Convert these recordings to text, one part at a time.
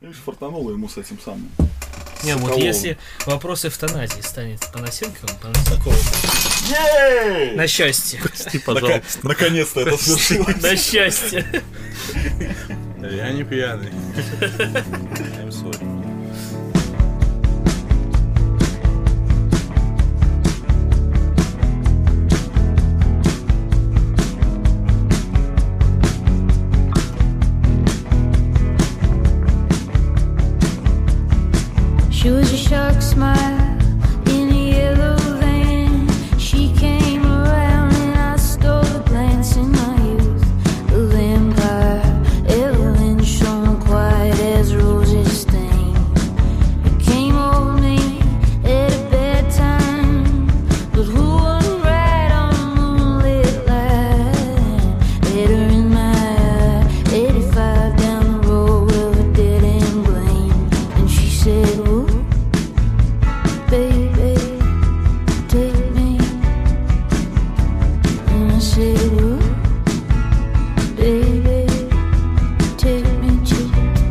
Видишь, фартануло ему с этим самым. Не, вот если вопрос эвтаназии станет Панасенковым, Панасенковым. На счастье. Прости, пожалуйста. Наконец-то это свершилось. На счастье. Я не пьяный. I'm sorry. She was a shark smile in a yellow van. She came around and I stole a glance in my youth. The vampire, Evelyn, shone quiet as roses stain. It came over me at a bad time, but who wouldn't ride on a moonlit line? Had her in my eye, 85 down the road of a dead end lane, and she said, "Ooh, baby, take me." And I said, "Ooh, baby, take me too."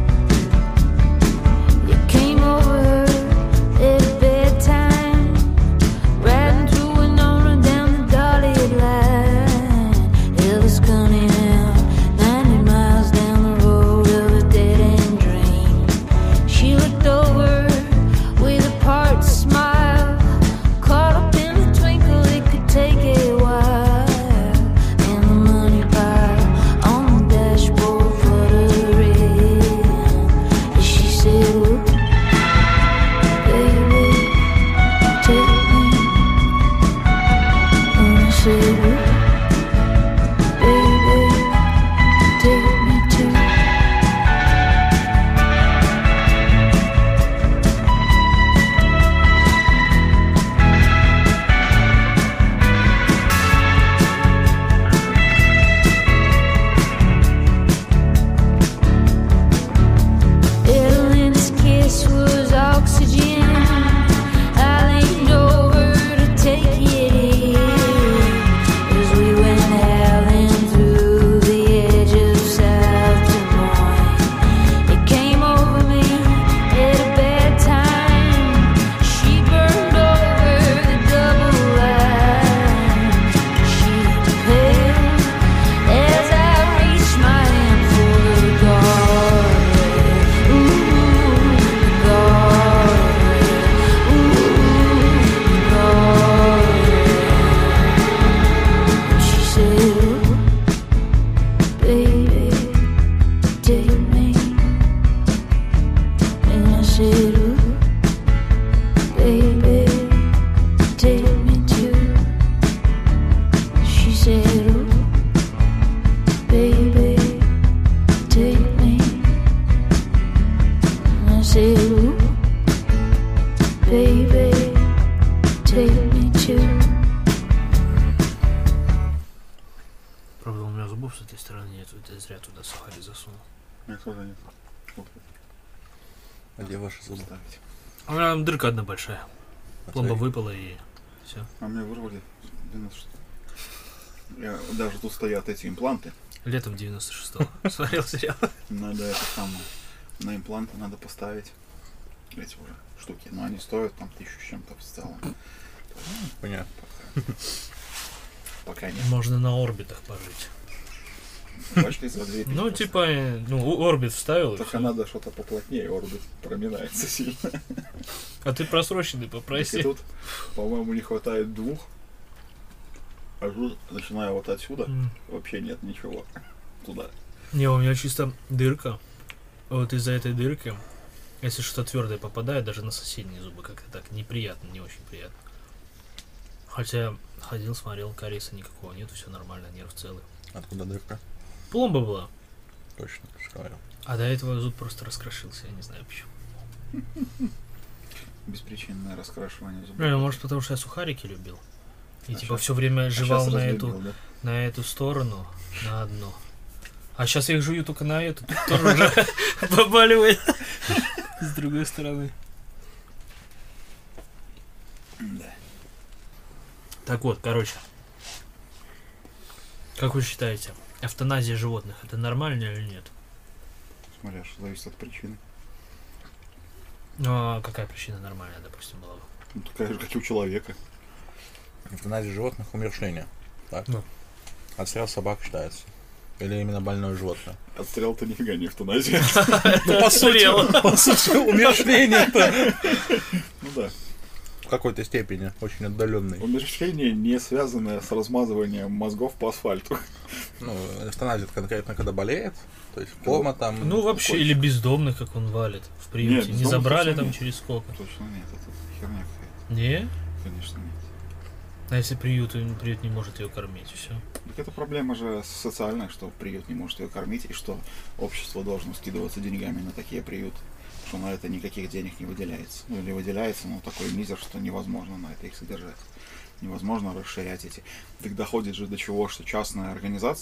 You came over her at a bad time, riding through Winona down the dotted line. Elvis Cunningham, 90 miles down the road of a dead-end dream. She looked over with a part smile, caught up in a twinkle, it could take a while. And the money pile on the dashboard fluttering as she said, "Ooh, baby, take me." And I said, "Ooh, baby, take me too." Evelyn's kiss was oxygen. I leaned over to take it in as we went howling through the edge of South Des Moines. It came over me at a bad time. She burned over the double line. She paled as I reached my hand for the guardrail. Ooh, the guardrail. Ooh, the guardrail. And she said, "Ooh, baby, take me." And I said, "Ooh, baby, take me too." She said, "Ooh, baby, take me." And I said, "Ooh, baby, take me too." Правда, у меня зубов с этой стороны нет, это я зря туда сухари засунул. Мне тоже нет. Вот, А где ваши зубы? ставить. А у меня там дырка одна большая. Пломба Отвори. выпала и все. А мне вырвали 90. Я, даже тут стоят эти импланты. Летом 96-го смотрел сериал. Надо это самое. На импланты надо поставить эти уже штуки. Но они стоят там 1000 с чем-то в целом. Понятно. Пока нет. Можно на орбитах пожить. Пошли за 2000. Ну, типа, орбит вставил и Только всё. надо что-то поплотнее, орбит проминается сильно. А ты просроченный И попроси. тут, по-моему, не хватает 2. А тут, начиная вот отсюда, вообще нет ничего туда. Не, у меня чисто дырка. Вот из-за этой дырки, если что-то твердое попадает, даже на соседние зубы, как-то так неприятно, не очень приятно. Хотя ходил, смотрел, кариеса никакого нету, все нормально, нерв целый. Откуда дырка? Пломба была. Точно, сказал. А до этого зуб просто раскрошился, я не знаю почему. Беспричинное раскрашивание зубов. Ну, может, потому что я сухарики любил. И А типа щас- все время жевал щас на разлюбил, эту, да? на эту сторону, на одну. А сейчас я их жую только на эту, тут тоже уже побаливает с другой стороны. Да. Так вот, короче. Как вы считаете, эвтаназия животных это нормально или нет? Смотря, что зависит от причины. Ну, а какая причина нормальная, допустим, была бы? Ну, такая же, как и у человека. Эвтаназия животных — умерщвление. Так? Ну. Отстрел собак считается. Или именно больное животное. Отстрел-то нифига не эвтаназия. Ну, по сути, умерщвление-то Ну да. в какой-то степени очень отдаленный. Умерщвление, не связанное с размазыванием мозгов по асфальту. Ну, эвтаназия конкретно, когда болеет, то есть кома там. Ну, вообще, или бездомный, как он валит в приюте. Нет, Не бездомных забрали точно там нет. через сколько? Точно нет, это херня какая-то. Не? Конечно нет. А если приют не может ее кормить, все. Так это проблема же социальная, что приют не может ее кормить, и что общество должно скидываться деньгами на такие приюты. Что на это никаких денег не выделяется. Ну или выделяется, но такой мизер, что невозможно на это их содержать. Невозможно расширять эти. Так доходит же до чего, что частные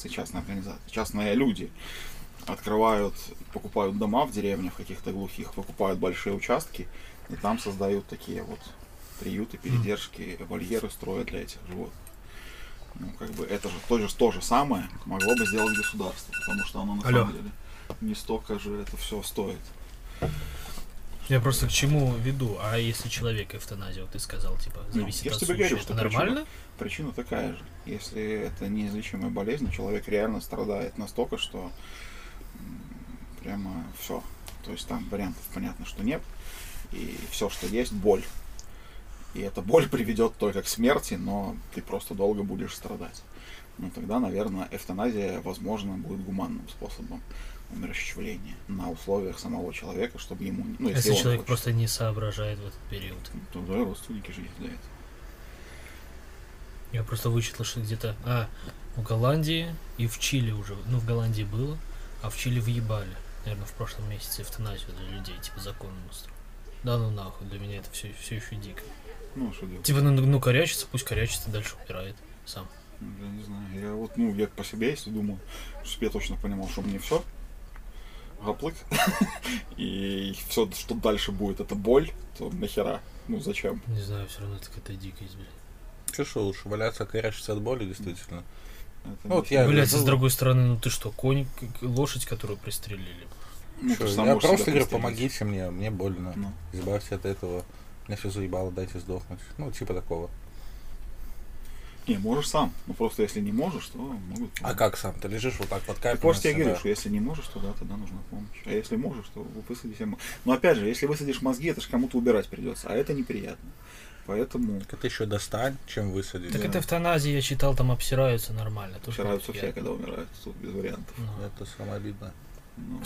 люди покупают дома в деревнях каких-то глухих, покупают большие участки, и там создают такие вот приюты, передержки, вольеры строят для этих животных. Ну, как бы это же то же самое могло бы сделать государство, потому что оно на самом деле не столько же это все стоит. Я просто к чему веду? А если человек эвтаназия, вот ты сказал, типа, зависит я от же тебе случая, говорю, это что нормально? Причина такая же. Если это неизлечимая болезнь, человек реально страдает настолько, что прямо все. То есть там вариантов понятно, что нет. И все, что есть, боль. И эта боль приведет только к смерти, но ты просто долго будешь страдать. Ну тогда, наверное, эвтаназия, возможно, будет гуманным способом умерщвления на условиях самого человека, чтобы ему... Ну, Если он человек хочет, просто не соображает в этот период. то да, родственники же есть для этого. Я просто вычитал, что где-то в Голландии и в Чили уже, ну в Голландии было, а в Чили въебали, наверное, в прошлом месяце эвтаназию для людей, типа законом устроили. Да ну нахуй, для меня это все еще дико. Ну, что делать? Типа, ну корячится, пусть корячится, дальше умирает сам. Я не знаю. Я по себе, если думаю, чтобы я точно понимал, что мне все гаплык, и все, что дальше будет, это боль, то нахера? Ну, зачем? Не знаю, все равно это какая-то дикость, блядь. Что лучше, валяться, корячиться от боли, действительно. Это Ну, вот ничего. я Блядь, говорю, с другой стороны, ну ты что, конь, лошадь, которую пристрелили? Ну, Что, ты сам я можешь просто себя говорю, пристрелить. помогите мне больно. Ну. Избавьте от этого. Меня все заебало, дайте сдохнуть. Ну, типа такого. Не, можешь сам. Ну, просто если не можешь, то могут... А как сам? Ты лежишь вот так под кайфом. Так, может, я говорю, что если не можешь, то да, тогда нужна помощь. А если можешь, то высади себе... Но опять же, если высадишь мозги, это же кому-то убирать придется, а это неприятно. Поэтому... Так это еще достань, чем высадить. Так Да. это эвтаназия, я читал, там обсираются нормально. тоже Стараются все, неприятно. когда умирают, тут без вариантов. Ну. Это самое обидное. Ну,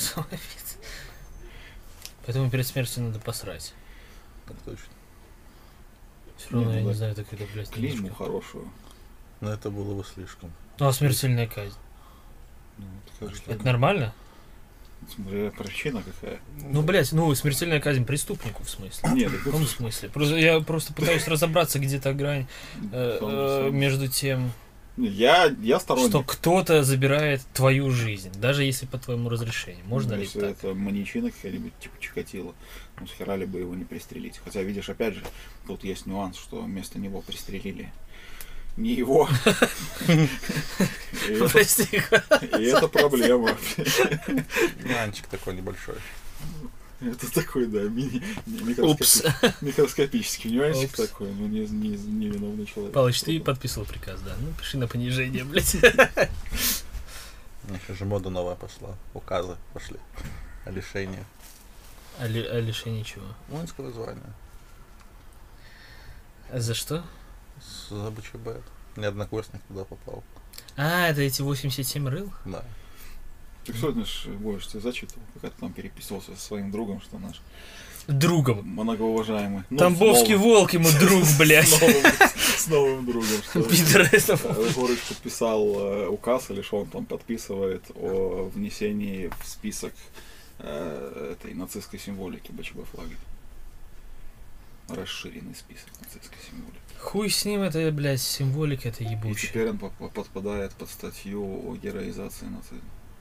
Поэтому перед смертью надо посрать. Так точно. Все равно, Не, я ну не да. знаю, так это, блядь, клизму немножко. хорошую. Но это было бы слишком. Ну, а смертельная казнь? Ну, скажи, Это нормально? смотря причина какая. Ну, блядь, ну, смертельная казнь преступнику, в смысле. Нет, В каком смысле? Я просто пытаюсь разобраться где-то грань между тем, я сторонник. что кто-то забирает твою жизнь, даже если по твоему разрешению. Можно Ну, ли если так? это маньячина какая-нибудь, типа Чикатило, ну, схера ли бы его не пристрелить. Хотя, видишь, опять же, тут есть нюанс, что вместо него пристрелили не его. И Прости. это проблема. Нюансик такой небольшой. Это такой, да, Упс. микроскопический нюансик Упс. такой, но не невиновный человек. Палыч, ты подписывал приказ, да? Ну, пиши на понижение, блядь. Сейчас же мода новая пошла. Указы пошли. О лишении А лишение чего? воинского звания. А за что? За БЧБ. Мне однокурсник туда попал. А, это эти 87 рыл? Да. Ты сегодня ж будешь ты зачитывал, пока ты там переписывался со своим другом, что наш Другом. многоуважаемый. Ну, Тамбовский с новым- волк ему друг, блядь. с новым другом. Что Пидор это. Егорыч подписал указ, или что он там подписывает о внесении в список этой нацистской символики БЧБ флага. Расширенный список нацистской символики. Хуй с ним, это, блядь, символика, это И ебучая. теперь он подпадает под статью о героизации нацизма.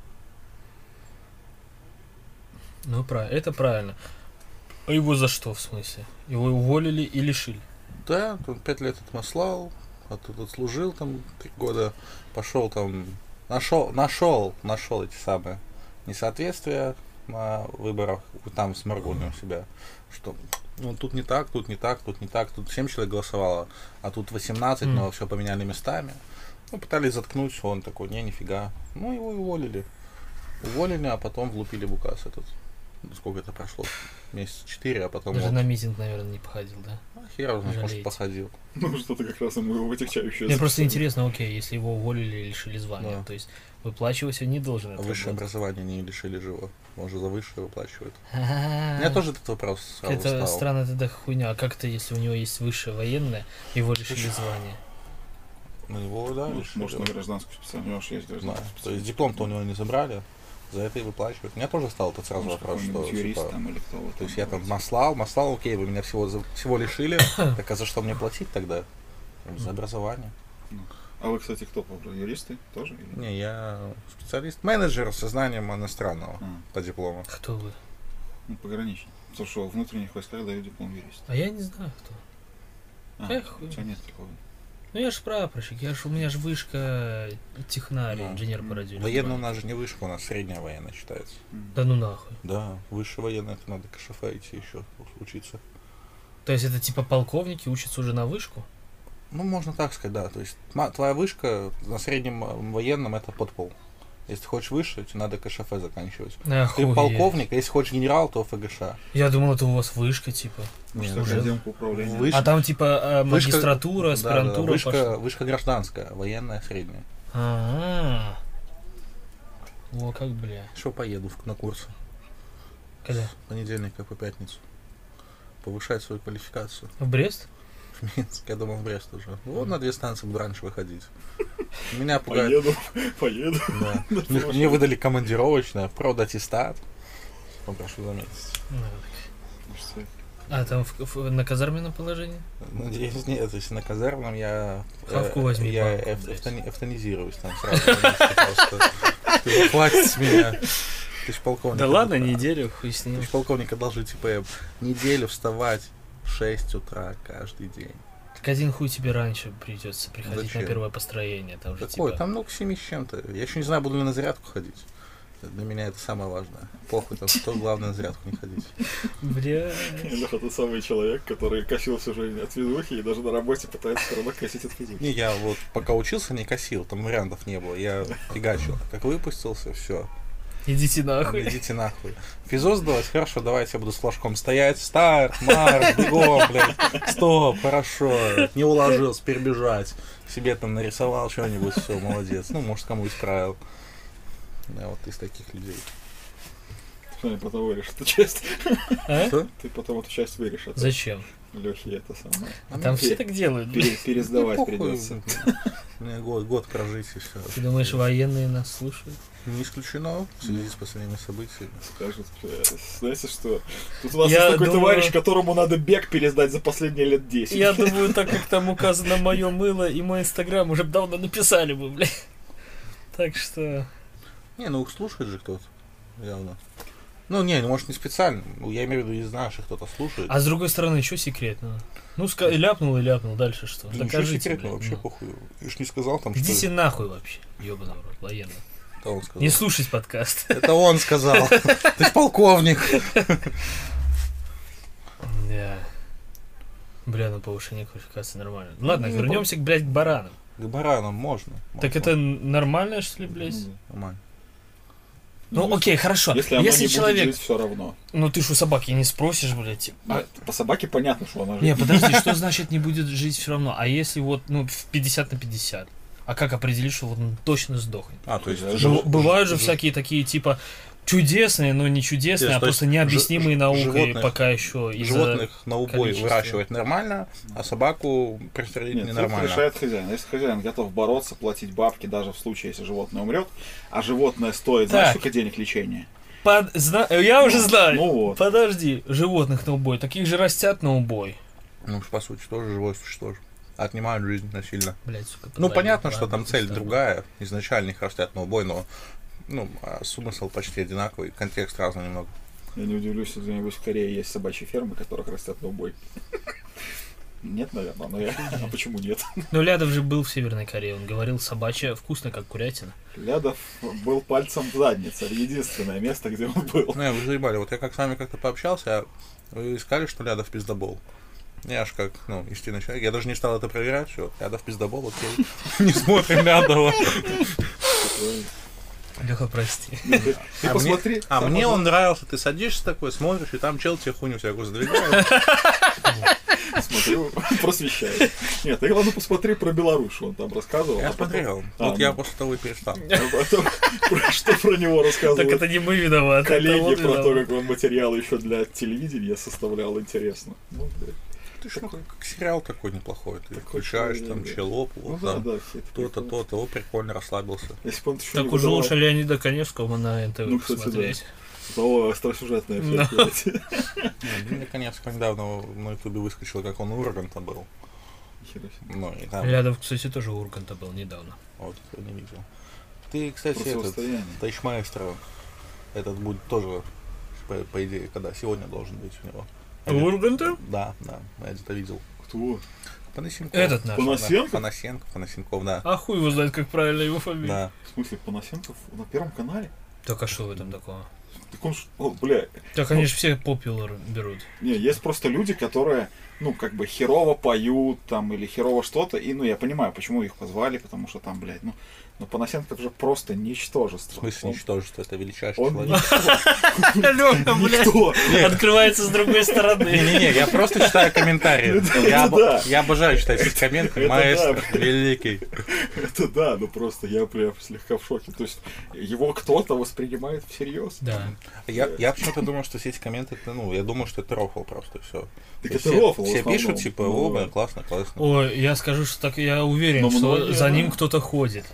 Ну, это правильно. А его за что, в смысле? Его уволили и лишили? Да, он 5 лет отмаслал, а тут отслужил там 3 года, пошел там, нашел эти самые несоответствия на выборах там в Сморгоне у себя, что ну тут не так, тут не так, тут не так, тут 7 человек голосовало, а тут 18, но все поменяли местами. Ну, пытались заткнуть, он такой, нифига. Ну, его уволили. Уволили, а потом влупили в указ этот. Сколько это прошло? Месяца 4, а потом... Даже вот. на митинг, наверное, не походил, да? Хер его знает, может, Жалеете. походил. Ну, что-то как раз ему в отягчающее. Мне просто интересно, окей, если его уволили и лишили звания, Да. то есть выплачивать он не должен. А это высшее работать. образование не лишили живо. Может, за высшее выплачивают. У А-а-а. меня тоже этот вопрос сразу Это стал. странная тогда хуйня. А как это, если у него есть высшее военное, его лишили звания? Ну, его, да, Может, лишили. на гражданскую специальность. У него же есть Да. гражданская То есть специальность. диплом-то у него не забрали, за это и выплачивают. У меня тоже стал этот сразу Может, вопрос, что какой-нибудь юрист типа, там или кто вот то есть я там маслал, окей, вы меня всего лишили, так а за что мне платить тогда? За образование. А вы, кстати, кто по юристы тоже? Или? Не, я специалист, менеджер со знанием иностранного А, по диплому. Кто вы? ну, пограничник. Потому что во внутренних войсках дают диплом юриста. А я не знаю, кто. А, Эх, у тебя нет такого. Ну я ж прапорщик, у меня же вышка технарий, Да. инженер по радиоэлектронике. Военная у нас же не вышка, у нас средняя военная считается. Да ну нахуй. Да, высшая военная, это надо КШФ идти еще учиться. То есть это типа полковники учатся уже на вышку? Ну, можно так сказать, да. То есть твоя вышка на среднем военном это подпол. Если хочешь выше, тебе надо КШФ заканчивать. Ты Охуеть. полковник, а если хочешь генерал, то ФГШ. Я думал, это у вас вышка, типа. Может, Нет, академка управления. Вышка- А там типа Вышка- магистратура, да, аспирантура вышка, пошла. вышка гражданская, военная средняя. А-а-а. О, как, бля. Еще поеду на курсы. Когда? С понедельника по пятницу. Повышать свою квалификацию. В Брест? В Минск, я думал, в Брест уже. Вот на 2 станции буду раньше выходить. Меня пугает. Поеду. Да. Мне выдали командировочное, профдатистат. Попрошу заметить. Ну, Может, А там на казарменном положении? Надеюсь, нет, если на казарменном я... Хавку возьми, Я банку, блядь. эвтанизируюсь там сразу. Просто. Хватит с меня. Ты ж полковник. Да ладно, неделю, хуй с ним. Ты ж полковник одолжил, типа, неделю вставать в 6 утра каждый день. Так один хуй тебе раньше придется приходить Зачем? на первое построение. Там же Такое, типа... там много 7 с чем-то. Я еще не знаю, буду ли на зарядку ходить. Для меня это самое важное. Похуй, там, что главное на зарядку не ходить. Бля. Леха, тот самый человек, который косился уже от физухи и даже на работе пытается все равно косить от физухи. Не, я вот пока учился, не косил, там вариантов не было. Я фигачил. Как выпустился, все. Идите нахуй. Идите нахуй. Физо сдавать? Хорошо, давайте я буду с флажком стоять. Старт, марш, бегом, блядь. Стоп, хорошо. Не уложился, перебежать. Себе там нарисовал что-нибудь, все, молодец. Ну, может, кому исправил. Я вот из таких людей. Ты потом вырежешь эту часть. А? Что? Ты потом эту часть вырежешь. А то Зачем? Лёхе это самое. А там все так делают, бля. Пересдавать Похуй. придется. Мне год прожить и все. Ты думаешь, военные нас слушают? Не исключено в связи с последними событиями. Скажут, знаете что, тут у нас Я есть такой думаю- товарищ, которому надо бег пересдать за последние лет 10. Я думаю, так как там указано мое мыло и мой инстаграм, уже б давно написали бы, бля. Так что... Не, ну слушает же кто-то. Явно. Ну, не, может не специально. Я имею в виду, не знаю, что кто-то слушает. А с другой стороны, что секретного? Ну, ляпнул и ляпнул, дальше что? Да ничего Докажите, секретного, блядь, вообще ну. похуй. Я ж не сказал там, что... Идите нахуй вообще, ёбаный в рот, военный. Это он сказал. Не слушать подкаст. Это он сказал. Ты ж полковник. Да. Бля, ну повышение квалификации нормально. Ладно, Ну, вернемся, блядь, к баранам. К баранам можно. Так это нормально, что ли, блядь? Нормально. Ну, окей, хорошо. Если оно не человек... будет жить, все равно. Ну, ты ж у собаки не спросишь, блядь. Ну, по собаке понятно, что она Не, живет. подожди, что значит не будет жить все равно? А если вот, ну, в 50 на 50? А как определить, что вот он точно сдохнет? А, то есть... Бывают же всякие такие, типа, чудесные, но не чудесные, То а есть просто необъяснимые наукой животных- пока еще из-за... Животных на убой количества. выращивать нормально, а собаку пристрелить Нет, это ненормально. решает хозяин. Если хозяин готов бороться, платить бабки даже в случае, если животное умрет, а животное стоит, знаешь, Так. сколько денег лечения? Я уже знаю. Ну вот. Подожди, животных на убой. Таких же растят на убой. Ну, по сути, тоже живое существо. Отнимают жизнь насильно. Блять, сука. Ну, подвалил. понятно, что Ладно, там цель пусть другая. Изначально их растят на убой, но а смысл почти одинаковый, контекст разный немного. Я не удивлюсь, если где-нибудь в Корее есть собачьи фермы, которых растят на убой. Нет, наверное, но я... А почему нет? Ну, Лядов же был в Северной Корее, он говорил, собачья вкусно, как курятина. Лядов был пальцем в заднице. Это единственное место, где он был. Ну, вы заебали. Вот я как с вами как-то пообщался, вы сказали, что Лядов пиздобол. Я ж как, истинный человек. Я даже не стал это проверять, все. Лядов пиздобол, окей. Не смотрим Лядова. Леха, прости. Ты посмотри. Мне он нравился. Ты садишься такой, смотришь, и там чел тебе хуйню всякую сдвигает. Смотрю, просвещаю. Нет, ты главное посмотри про Беларусь, он там рассказывал. Я смотрел. Вот я после того и перестал. Что про него рассказывал? Так это не мы виноваты. Коллеги про то, как он материал еще для телевидения составлял, интересно. Ну, Ты ж как сериал такой неплохой. Ты Такой включаешь, человек, там да. челоп, Ну вот да, там да, все это то-то, прикольно. то-то, прикольно расслабился. Если бы он еще Так не уже выдавал- лучше Леонида Коневского на НТВ Ну, кстати, посмотреть. Того остросюжетное Да. всякие. Мне, конечно, недавно на ютубе выскочило, как он у Урганта был. Нихера себе. Ну, и там, Лядов, кстати, тоже у Урганта был недавно. вот, я не видел. Ты, кстати, этот, Противостояние. Тайчмайстер, этот будет тоже, по идее, когда сегодня должен быть у него. У Урганта? Да, я где-то видел. Кто? Панасенков. Этот наш. Панасенков, да. А хуй его знает, как правильно его фамилия. Да. В смысле, Панасенков на Первом канале? Так а что в этом такого? Так он ж... О, бля. Так они же все популар берут. Не, есть просто люди, которые, херово поют там или херово что-то. И, я понимаю, почему их позвали, потому что там, блядь, Панасенков же просто ничтожество. В смысле, ничтожество, это величайший Он человек. Лёха, блядь, никто. открывается с другой стороны. Не-не-не, я просто читаю комментарии. да. Я обожаю читать эти комменты. это Маэстро, да. великий. Это да, просто я прям слегка в шоке. То есть его кто-то воспринимает всерьез. Да. Я почему-то думал, что все эти комменты, я думаю, что это рофл просто, все. Так это рофл в Все основном. пишут, типа, Ну, блин, классно. Ой, я скажу, что так я уверен, Но что многие, за да. ним кто-то ходит.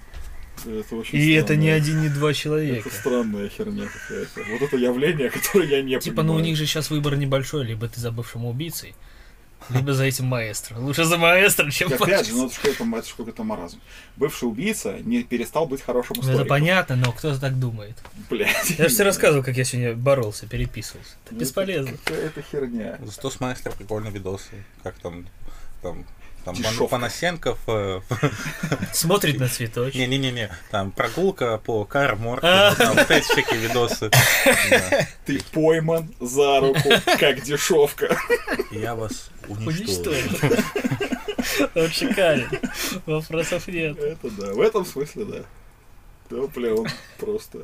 Это очень И это не странная- один, не два человека. Это странная херня какая-то. Вот это явление, которое я не Типа, понимаю. у них же сейчас выбор небольшой, либо ты за бывшим убийцей, либо за этим маэстро. Лучше за маэстро, чем Так, опять же, фашист. это ж какой-то маразм. Бывший убийца не перестал быть хорошим Ну, историком. это понятно, но кто так думает? Блядь. Я же тебе рассказывал, как я сегодня боролся, переписывался. Это бесполезно. Это херня. Зато с Маэстро прикольные видосы. Как там Дешевка. Панасенков. Смотрит на цветочек. Не-не-не, там прогулка по Карморке, там вот эти всякие видосы. Да. Ты пойман за руку, как дешевка. Я вас уничтожу. Уничтожил. Он шикарен. Вопросов нет. Это да, в этом смысле да. Да, бля, он просто...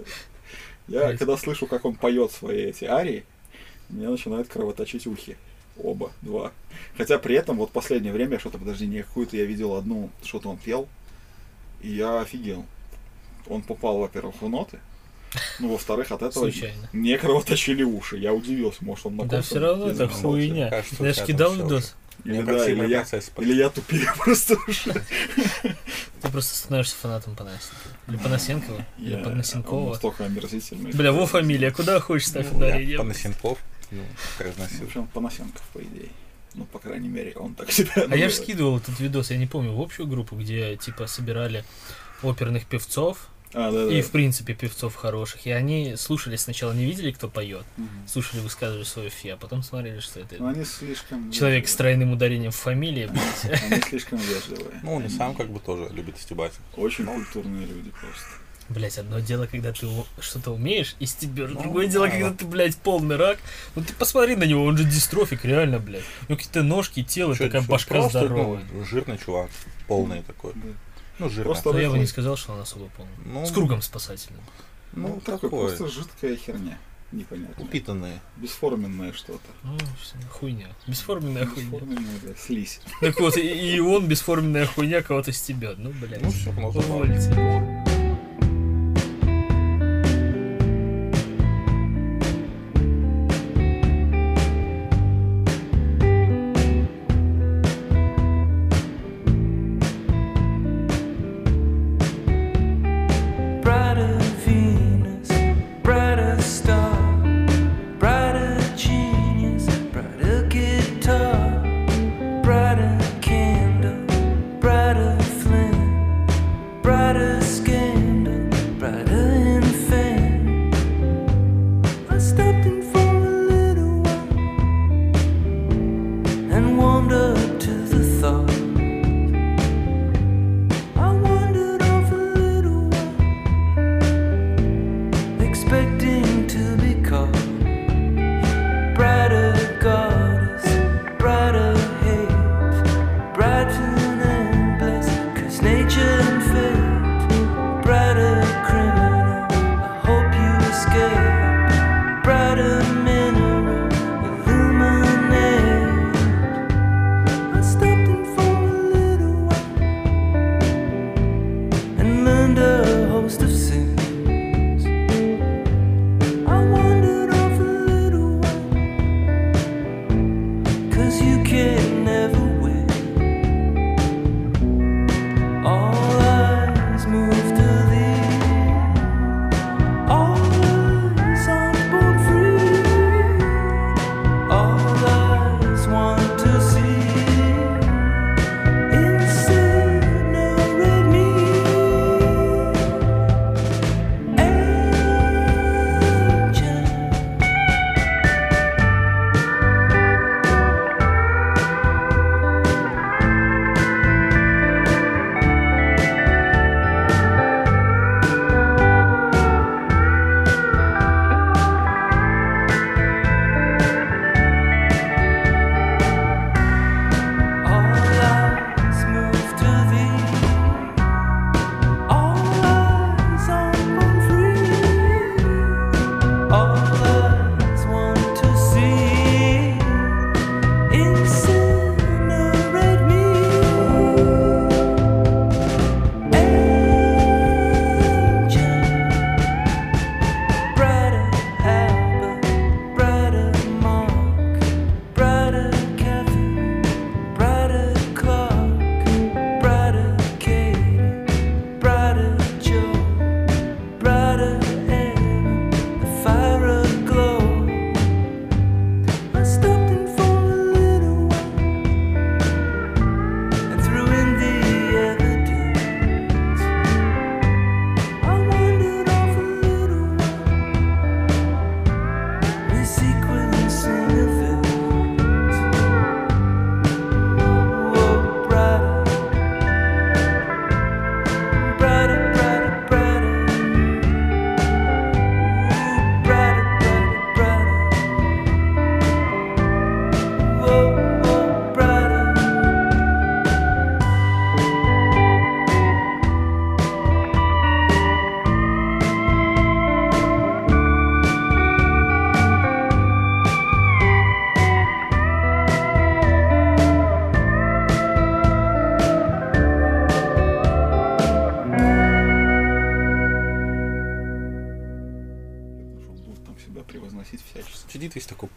Я когда слышу, как он поет свои эти арии, меня начинают кровоточить ухи. Оба, два. Хотя при этом вот последнее время что-то, подожди, не какую-то я видел одну, что-то он пел, и я офигел. Он попал, во-первых, в ноты, во-вторых, от этого Случайно. не кровоточили уши. Я удивился, может, он на Да все равно это хуйня. Кажется, у Я тебя ж там кидал всё видос. Или, да, Необратимый процесс. или я тупее просто уже. Ты просто становишься фанатом Панасенкова. Или Панасенкова, или Он Панасенкова. настолько омерзительный. Бля, во фамилия, куда хочешь ставь ударение. Панасенков. В Разносил. общем, Панасенков, по идее. По крайней мере, он так себя А я же называет. скидывал этот видос, я не помню, в общую группу, где типа собирали оперных певцов Да. и в принципе певцов хороших, и они слушали сначала, не видели, кто поет, Мгм. слушали, высказывали свое фи, а потом смотрели, что это Но они слишком... человек с вежливые. тройным ударением в фамилии, блядь. Они слишком вежливые. Ну, он и сам как бы тоже любит стебать. Очень культурные люди просто. Блять, одно дело, когда ты что-то умеешь и стебешь, Ну, другое дело, да. когда ты, блядь, полный рак. Ну ты посмотри на него, он же дистрофик, реально, блядь. У него какие-то ножки, тело, Чё, такая чё, башка просто, здоровая. жирный чувак. Полный такой. Да. Ну, жирный. Просто Но я бы такой- не сказал, что он особо полный. Ну, С кругом спасательным. Ну, такой такой. просто жидкая херня. Непонятно. Упитанный. Бесформенное что-то. Ну, хуйня. Бесформенная хуйня. Бесформенная, да, слизь. Так вот, и он, бесформенная хуйня, кого-то стебет. Ну, блядь. Ну, все, ну, забавно. Увольте. Brighter Venus, brighter star, brighter genius, brighter guitar, brighter candle, brighter flame, brighter skin.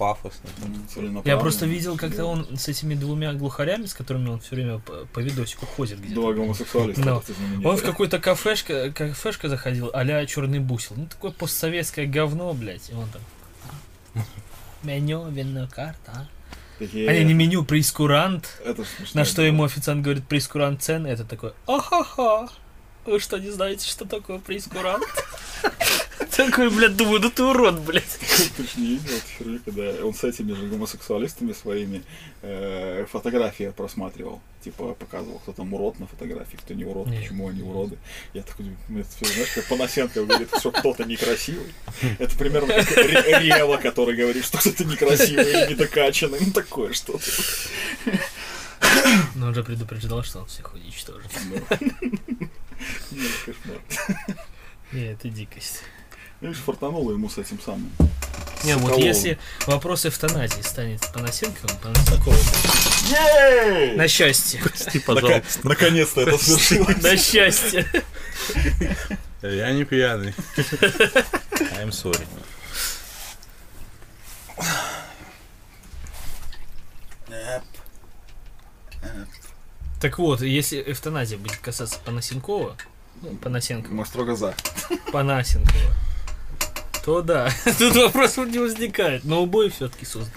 пафосно. Я просто видел, как-то он с этими двумя глухарями, с которыми он все время по видосику ходит где-то. Два гомосексуалиста. Да. это знаменитые. Он в какую-то кафешка заходил, а-ля Черный бусел. Ну, такое постсоветское говно, блядь. И он там... Меню, винная карта, а? Такие- А не меню, прейскурант. Это смешно. На что ему официант говорит, прейскурант цены. Это такой, ахаха. Вы что, не знаете, что такое прейскурант? Такой, блядь, думаю, да ты урод, блядь. Ты ж не видел эту херню, когда он с этими же гомосексуалистами своими фотографии просматривал. Типа показывал, кто там урод на фотографии, кто не урод, Не. почему они уроды. Я такой, это всё, знаешь, как Панасенко говорит, что кто-то некрасивый. Это примерно как Рева, который говорит, что кто-то некрасивый или недокачанный. Ну такое что-то. Но он же предупреждал, что он всех уничтожит. Нет, кошмар. Не, это дикость. Видишь, фартануло ему с этим самым. Не, вот Соколовым. если вопрос эвтаназии станет Панасенковым, Панасенковым, Ей! на счастье. Прости, пожалуйста. Наконец-то это свершилось. На счастье. Я не пьяный. I'm sorry. Так вот, если эвтаназия будет касаться Панасенкова, ну, Панасенкова, Мы строго за. Панасенкова, то да, тут вопросов не возникает, но убой все-таки создан.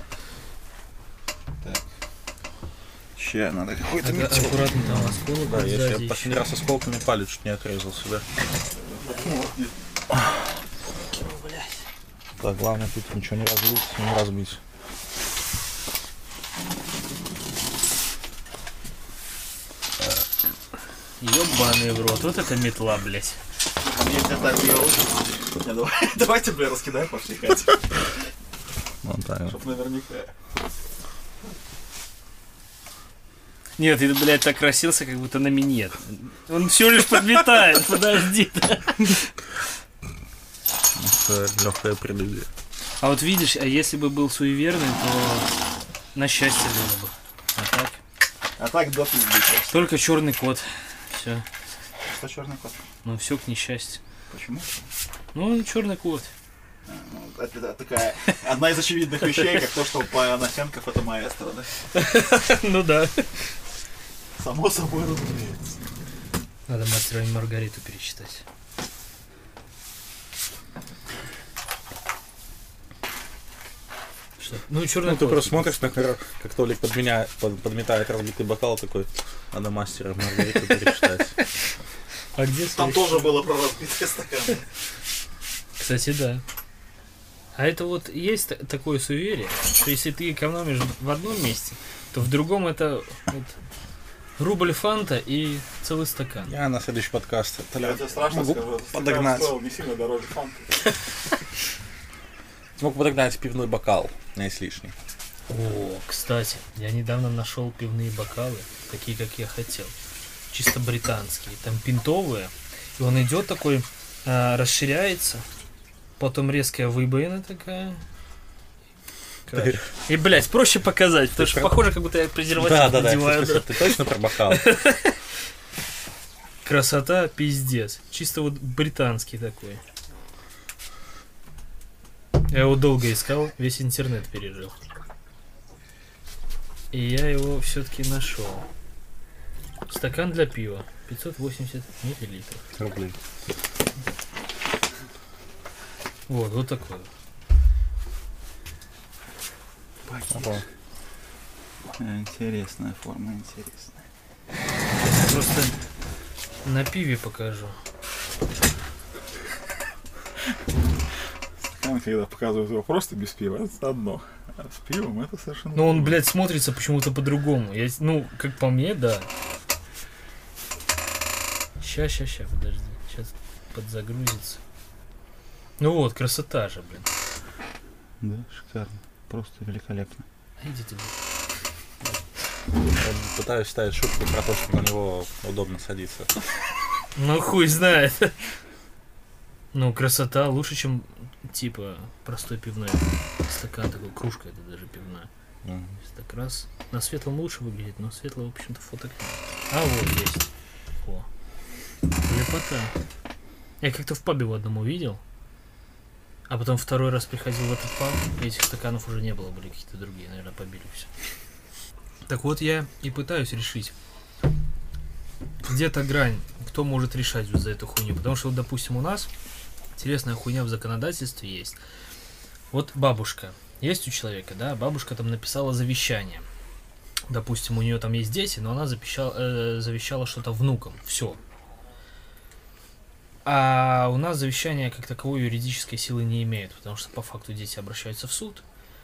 Ща, надо какой-то Аккуратно там осколок Да, я сзади себе последний раз осколками палец чуть не отрезал себя. Так, главное тут ничего не разлить, не разбить. Ёбаный в рот, вот это метла, блядь. Я тебя так делал. Давайте, бля, раскидаем, пошли, Катя. Вон так. Чтоб наверняка. Нет, ты, блядь, так красился, как будто на минет. Он все лишь подметает, подожди. Легкое прелюдия. А вот видишь, а если бы был суеверный, то на счастье было бы. А так? А так до пизды просто. Только черный кот. Все. Что черный кот? Ну все к несчастью. Почему? Ну, черный кот. Ну, это такая одна из очевидных вещей, как то, что Панасенков это маэстро, да? Ну да. Само собой разумеется. Надо мастера и Маргариту перечитать. Что? Ну, черный Ну, ты кот. просто смотришь, как Толик подметает разбитый бокал, такой, надо мастера Маргариту перечитать. А где Там следующий? тоже было про разбитые стаканы. Кстати, да. А это вот есть такое суеверие, что если ты экономишь в одном месте, то в другом это вот рубль фанта и целый стакан. Я на следующий подкаст Я тебе страшно могу скажу, этот стакан подогнать. стоил не сильно дороже фанты. Смог подогнать пивной бокал, у меня есть лишний. О, кстати, я недавно нашел пивные бокалы, такие, как я хотел. Чисто британские, там пинтовые. И он идет такой, расширяется, потом резкая выбоина такая. Короче. И, блядь, проще показать, потому что похоже, как будто я презерватив Да, надеваю. ты точно про бокал? Красота, пиздец. Чисто вот британский такой. Я его долго искал, весь интернет пережил. И я его все-таки нашел. Стакан для пива. 580 миллилитров. Рублей. Вот такой. Ого. Интересная форма, интересная. Просто на пиве покажу. Стакан, когда показывают его просто без пива, это одно. А с пивом это совершенно... Но он, блядь, смотрится почему-то по-другому. Ну, как по мне, да. Ща, подожди. Сейчас подзагрузится. Ну вот, красота же, блин. Да, шикарно. Просто великолепно. Иди ты, Я пытаюсь ставить шутку про то, что на него удобно садиться. Ну хуй знает. Ну, красота лучше, чем типа простой пивной стакан, такой кружка, это даже пивная. Мгм. Так раз. На светлом лучше выглядит, но светлого, в общем-то, фоток нет. А вот есть. О. Лепота. Я как-то в пабе в одном увидел. А потом второй раз приходил в этот паб, и этих стаканов уже не было, были какие-то другие, наверное, побили все. Так вот я и пытаюсь решить, где-то грань, кто может решать вот за эту хуйню. Потому что вот, допустим, у нас интересная хуйня в законодательстве есть. Вот бабушка, есть у человека, да, бабушка там написала завещание. Допустим, у нее там есть дети, но она завещала что-то внукам, все. А у нас завещание как таковой юридической силы не имеет, потому что по факту дети обращаются в суд,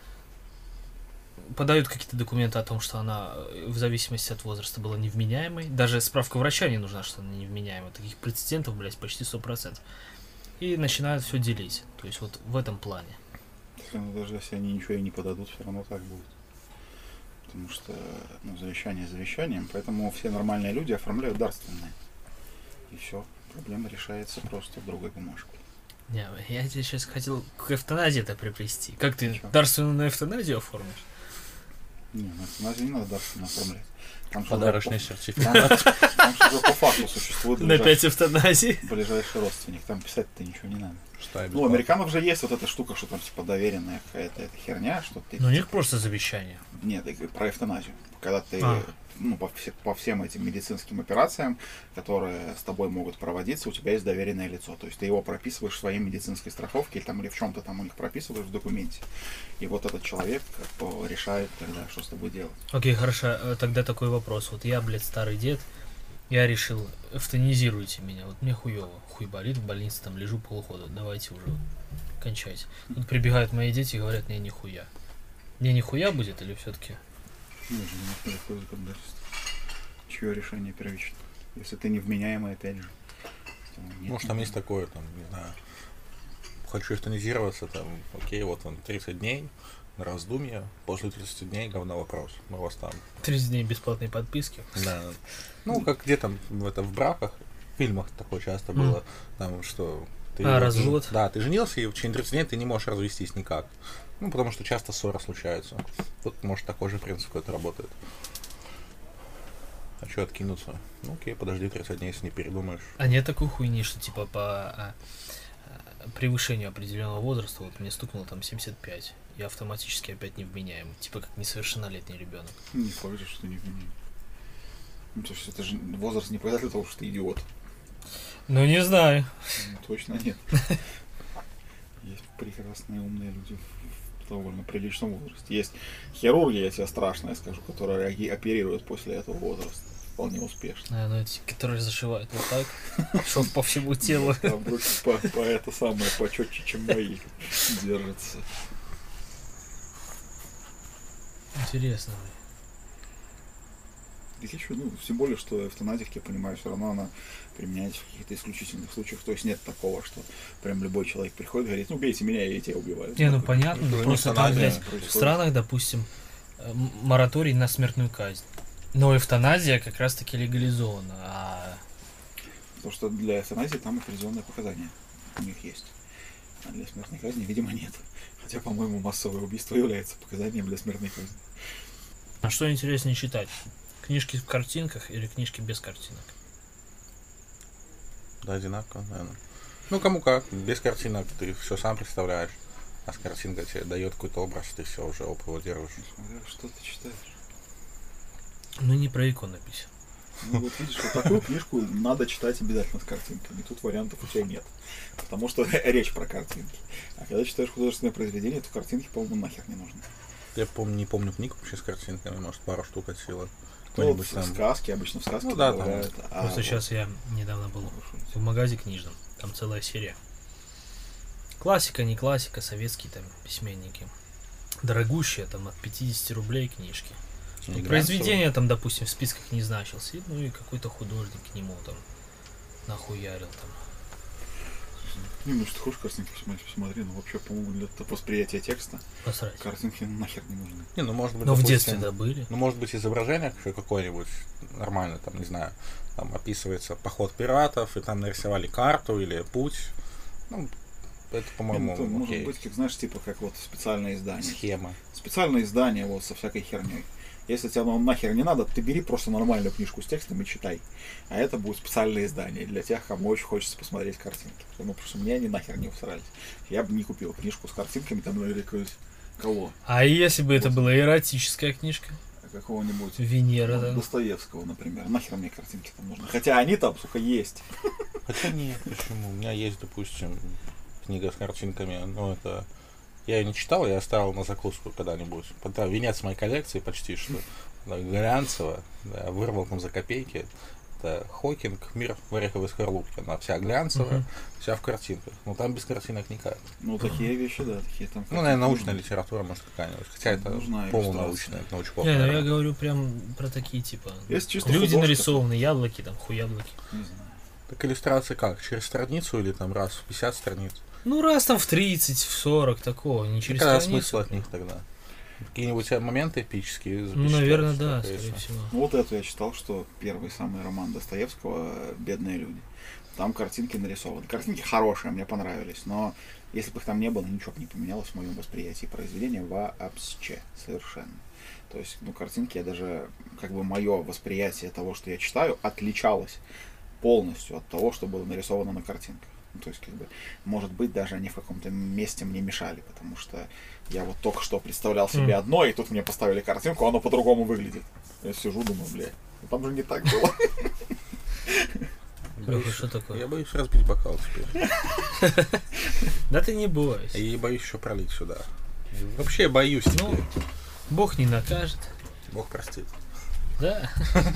подают какие-то документы о том, что она в зависимости от возраста была невменяемой. Даже справка врача не нужна, что она невменяемая. Таких прецедентов, блядь, почти 100%. И начинают все делить. То есть вот в этом плане. Даже если они ничего и не подадут, все равно так будет. Потому что завещание завещанием, поэтому все нормальные люди оформляют дарственные. И все. Проблема решается просто другой бумажкой. Не, я тебе сейчас хотел к эвтаназии-то приплести. Как ты Чё? дарственную на эвтаназию оформишь? Не, на эвтаназию не надо дарственно оформлять. Там же Подарочный уже сертификат. там же уже по факту существует На 5 эвтаназий. ближайший родственник. Там писать-то ничего не надо. Что я Ну, у американцев же есть вот эта штука, что там типа доверенная какая-то эта херня, что ты... Но у них просто завещание. Нет, про эвтаназию. Когда ты по всем этим медицинским операциям, которые с тобой могут проводиться, у тебя есть доверенное лицо. То есть ты его прописываешь в своей медицинской страховке или в чем-то там у них прописываешь в документе. И вот этот человек решает тогда, что с тобой делать. Окей, хорошо, тогда такой вопрос. Вот я, блядь, старый дед, я решил, эвтанизируйте меня. Вот мне хуёво, хуй болит в больнице, там лежу полухода, давайте уже кончайте. Тут прибегают мои дети и говорят, не, нихуя. Не, нихуя будет или все-таки? Нет, не такое законодательство. Чье решение первично? Если ты невменяемый, опять же. то нет, Может, там есть такое, там, не знаю, хочу эвтанизироваться, там, окей, вот он 30 дней на раздумье, после 30 дней говно вопрос, мы вас там. 30 дней бесплатной подписки. Да. Ну, как где там в браках, в фильмах такое часто было, там, что ты развод. Да, ты женился, и в течение 30 дней ты не можешь развестись никак. Ну, потому что часто ссоры случаются. Тут, может, такой же принцип какой-то работает. А что откинуться? Ну, окей, подожди 30 дней, если не передумаешь. А нет такой хуйни, что типа по превышению определенного возраста, вот мне стукнуло там 75, я автоматически опять невменяемый, типа как несовершеннолетний ребенок. Не факт, что ты невменяемый. Ну, то есть это же возраст не показатель того, что ты идиот. Ну не знаю. Точно нет. Есть прекрасные умные люди в довольно приличном возрасте. Есть хирурги, я тебе страшное скажу, которые оперируют после этого возраста. Вполне успешно. Ну эти, которые зашивают вот так, шов по всему телу. Там руки по это самое почетче, чем мои держатся. Интересно. Тем более, что эвтаназия, как я понимаю, все равно она применяется в каких-то исключительных случаях. То есть нет такого, что прям любой человек приходит и говорит, бейте меня, и я тебя убиваю. Не, ну понятно, это просто не там, эвтаназия блядь, в происходит. странах, допустим, мораторий на смертную казнь. Но эвтаназия как раз таки легализована. Потому что для эвтаназии там апелляционные показания у них есть. А для смертной казни, видимо, нет. Хотя, по-моему, массовое убийство является показанием для смертной казни. А что интереснее читать? Книжки в картинках или книжки без картинок? Да, одинаково, наверное. Ну, кому как. Без картинок ты все сам представляешь. А с картинкой тебе дает какой-то образ, ты все уже опыт держишь. Смотря, что ты читаешь. Ну не про иконопись. Ну вот видишь, вот такую книжку надо читать обязательно с картинками. Тут вариантов у тебя нет. Потому что речь про картинки. А когда читаешь художественное произведение, то картинки, по-моему, нахер не нужны. Я не помню книгу вообще с картинками, может, пару штук от силы. Ну, вот Какой-нибудь там. сказки, обычно в сказке Ну да, добавляют. Просто сейчас я недавно был в магазе книжном. Там целая серия. Классика, не классика, советские там письменники. Дорогущие, там от 50 рублей книжки. Не Произведение там, допустим, в списках не значилось. И, ну и какой-то художник к нему там нахуярил там. Не, ну что ты хочешь картинки посмотри, но вообще, по-моему, для восприятия текста Посрать. картинки нахер не нужны. Не, ну может быть. Но в допустим, детстве да были. Ну, может быть, изображение какое-нибудь нормальное, там, не знаю, там описывается поход пиратов, и там нарисовали карту или путь. Ну, это, по-моему, Это может окей. быть, как знаешь, типа как вот специальное издание. Схема. Специальное издание вот со всякой херней. Если тебе оно нахер не надо, ты бери просто нормальную книжку с текстом и читай. А это будет специальное издание для тех, кому очень хочется посмотреть картинки. Потому что мне они нахер не усрались. Я бы не купил книжку с картинками, там, наверное, кого? А если бы это была эротическая книжка? Какого-нибудь Венера, да. Достоевского, например. Нахер мне картинки там нужны. Хотя они там, сука, есть. Хотя нет, почему? У меня есть, допустим, книга с картинками, но это... Я ее не читал, я оставил на закуску когда-нибудь. Это венец моей коллекции почти что. Она глянцевая, да, вырвал там за копейки. Это Хокинг, «Мир в ореховой скорлупке». Она вся глянцевая, вся в картинках. Но там без картинок никак. Ну, такие вещи, да, такие там... Ну, наверное, научная литература, может, какая-нибудь. Хотя это полунаучная, это научпоп. Не, ну я говорю прям про такие, типа, Есть чисто люди художка. нарисованы, яблоки, там, хуяблоки. Не знаю. Так иллюстрация как? Через страницу или там раз в 50 страниц? Ну, раз там в 30, в 40, такого, не через Какая страницу. смысл от них тогда? Какие-нибудь моменты эпические? Ну, наверное, запечатлять, да, скорее скорее всего. всего. Ну, вот эту я читал, что первый самый роман Достоевского «Бедные люди». Там картинки нарисованы. Картинки хорошие, мне понравились, но если бы их там не было, ничего бы не поменялось в моем восприятии произведения вообще совершенно. То есть, ну, картинки, я даже, как бы, мое восприятие того, что я читаю, отличалось полностью от того, что было нарисовано на картинках. Ну, то есть, как бы, может быть, даже они в каком-то месте мне мешали, потому что я вот только что представлял себе одно, и тут мне поставили картинку, оно по-другому выглядит. Я сижу, думаю, блядь, ну там же не так было. Лёха, что такое? Я боюсь разбить бокал теперь. Да ты не бойся. И боюсь еще пролить сюда. И вообще боюсь Ну, теперь. Бог не накажет. Бог простит. Да.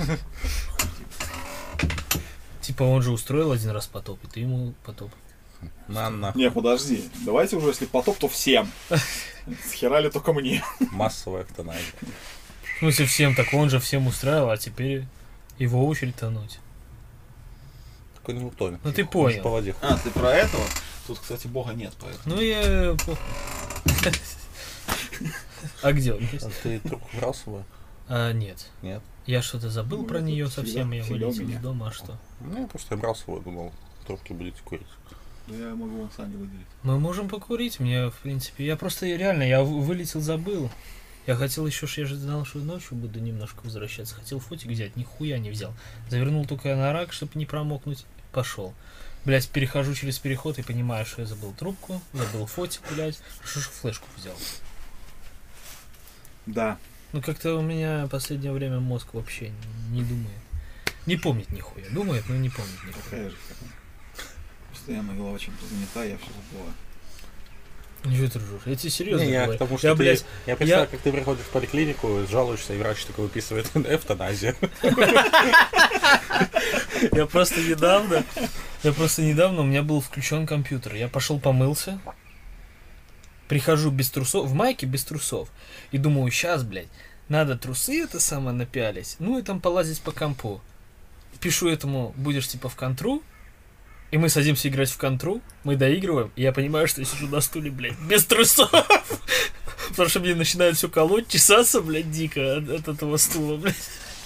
Типа он же устроил один раз потоп, и ты ему потоп. На. Не, подожди, давайте уже, если потоп, то всем. Схерали только мне. Массовая эвтаназия. В смысле всем, так он же всем устраивал, а теперь его очередь тонуть. Такой не утонет. Ну, ты Хуже понял. по воде. А, ты про этого? Тут, кстати, бога нет, поэтому. Ну я... А где он есть? А ты трубку брал с собой? А, нет. Нет. Я что-то забыл Ну, про это нее всегда- совсем, я всегда у вылетел меня. из дома, а что? Ну, я просто брал с собой, думал, трубки будете курить. Да я могу вам Саню выделить. Мы можем покурить, мне, в принципе, я просто реально, я вылетел, забыл. Я хотел еще, я же знал, что ночью буду немножко возвращаться. Хотел фотик взять, нихуя не взял. Завернул только на рак, чтобы не промокнуть, пошел. Блять, перехожу через переход и понимаю, что я забыл трубку, забыл фотик, блять, что ж флешку взял. Да. Ну как-то у меня в последнее время мозг вообще не думает. Не помнит нихуя. Думает, но не помнит нихуя. Какая же такая. Постоянно голова чем-то занята, я все забываю. Ничего ты ржешь? Я тебе серьезно Не, я говорю. к тому, что Я, ты, блядь, я представляю, как ты приходишь в поликлинику, жалуешься, и врач такой выписывает эвтаназию. Я просто недавно у меня был включен компьютер. Я пошел помылся. Прихожу без трусов, в майке без трусов. И думаю, сейчас, блядь, надо трусы это самое напялить. Ну и там полазить по компу. Пишу этому, будешь типа в контру. И мы садимся играть в контру. Мы доигрываем. И я понимаю, что я сижу на стуле, блядь, без трусов. Потому что мне начинает все колоть, чесаться, блядь, дико от этого стула, блядь.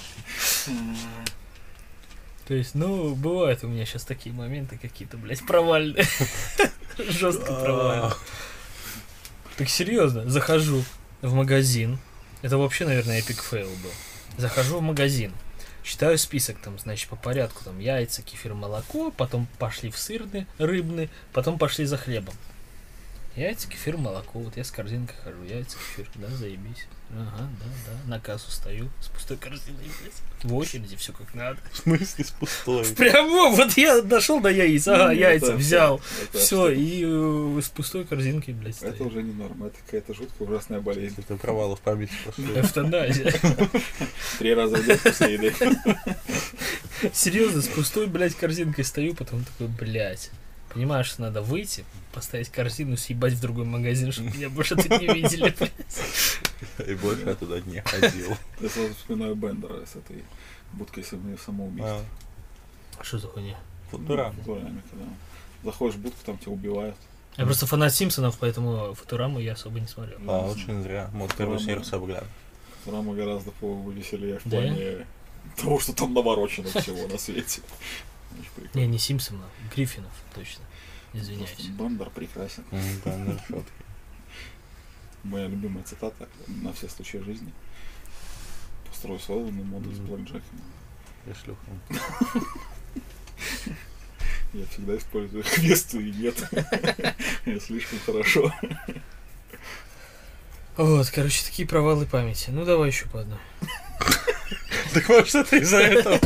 То есть, ну, бывают у меня сейчас такие моменты какие-то, блядь, провальные. Жестко провальные. Так серьезно, захожу в магазин. Это вообще, наверное, эпик фейл был. Захожу в магазин. Читаю список, там, значит, по порядку. Там яйца, кефир, молоко. Потом пошли в сырный, рыбный. Потом пошли за хлебом. Яйца, кефир, молоко. Вот я с корзинкой хожу. Яйца, кефир. Да, заебись. Ага, да. На кассу стою с пустой корзиной, блядь. В очереди, все как надо. В смысле с пустой? Прямо вот я дошел до яиц. Ага, Ну, яйца это взял. это Все, что? и с пустой корзинкой, блядь, Это стою. уже не норма, это какая-то жуткая ужасная болезнь. Это провалы в памяти пошли. Эвтаназия. 3 раза в день после еды. Серьезно, с пустой, блядь, корзинкой стою, потом такой, блядь. Понимаешь, что надо выйти, поставить корзину, съебать в другой магазин, чтобы меня больше тут не видели, блядь. И больше я туда не ходил. Я сразу вспоминаю Бендера с этой будкой самоубийства. Что за хуйня? Футурама. Футураме, когда заходишь в будку, там тебя убивают. Я просто фанат Симпсонов, поэтому Футураму я особо не смотрел. А, очень зря. Вот первую серию обгляд. Футурама гораздо повеселее в Да? плане того, что там наворочено всего на свете. Очень прикольно. Не, не Симпсонов, Гриффинов, точно. Извиняюсь. Просто Бендер прекрасен. Моя любимая цитата на все случаи жизни. построю свою лунную моду с блэкджеком. Я шлюха. Я всегда использую квесту и нет. Я слишком хорошо. Вот, короче, такие провалы памяти. Ну, давай еще по одной. Так может это из-за этого?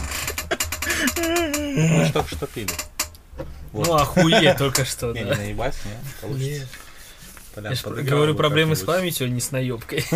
Мы только что пили. Вот. Ну, охуеть только что, Не, не да. наебать, не? Нет. Получится. Я Толян, ж подыграл говорю, бы проблемы с как-нибудь. памятью, а не с наебкой.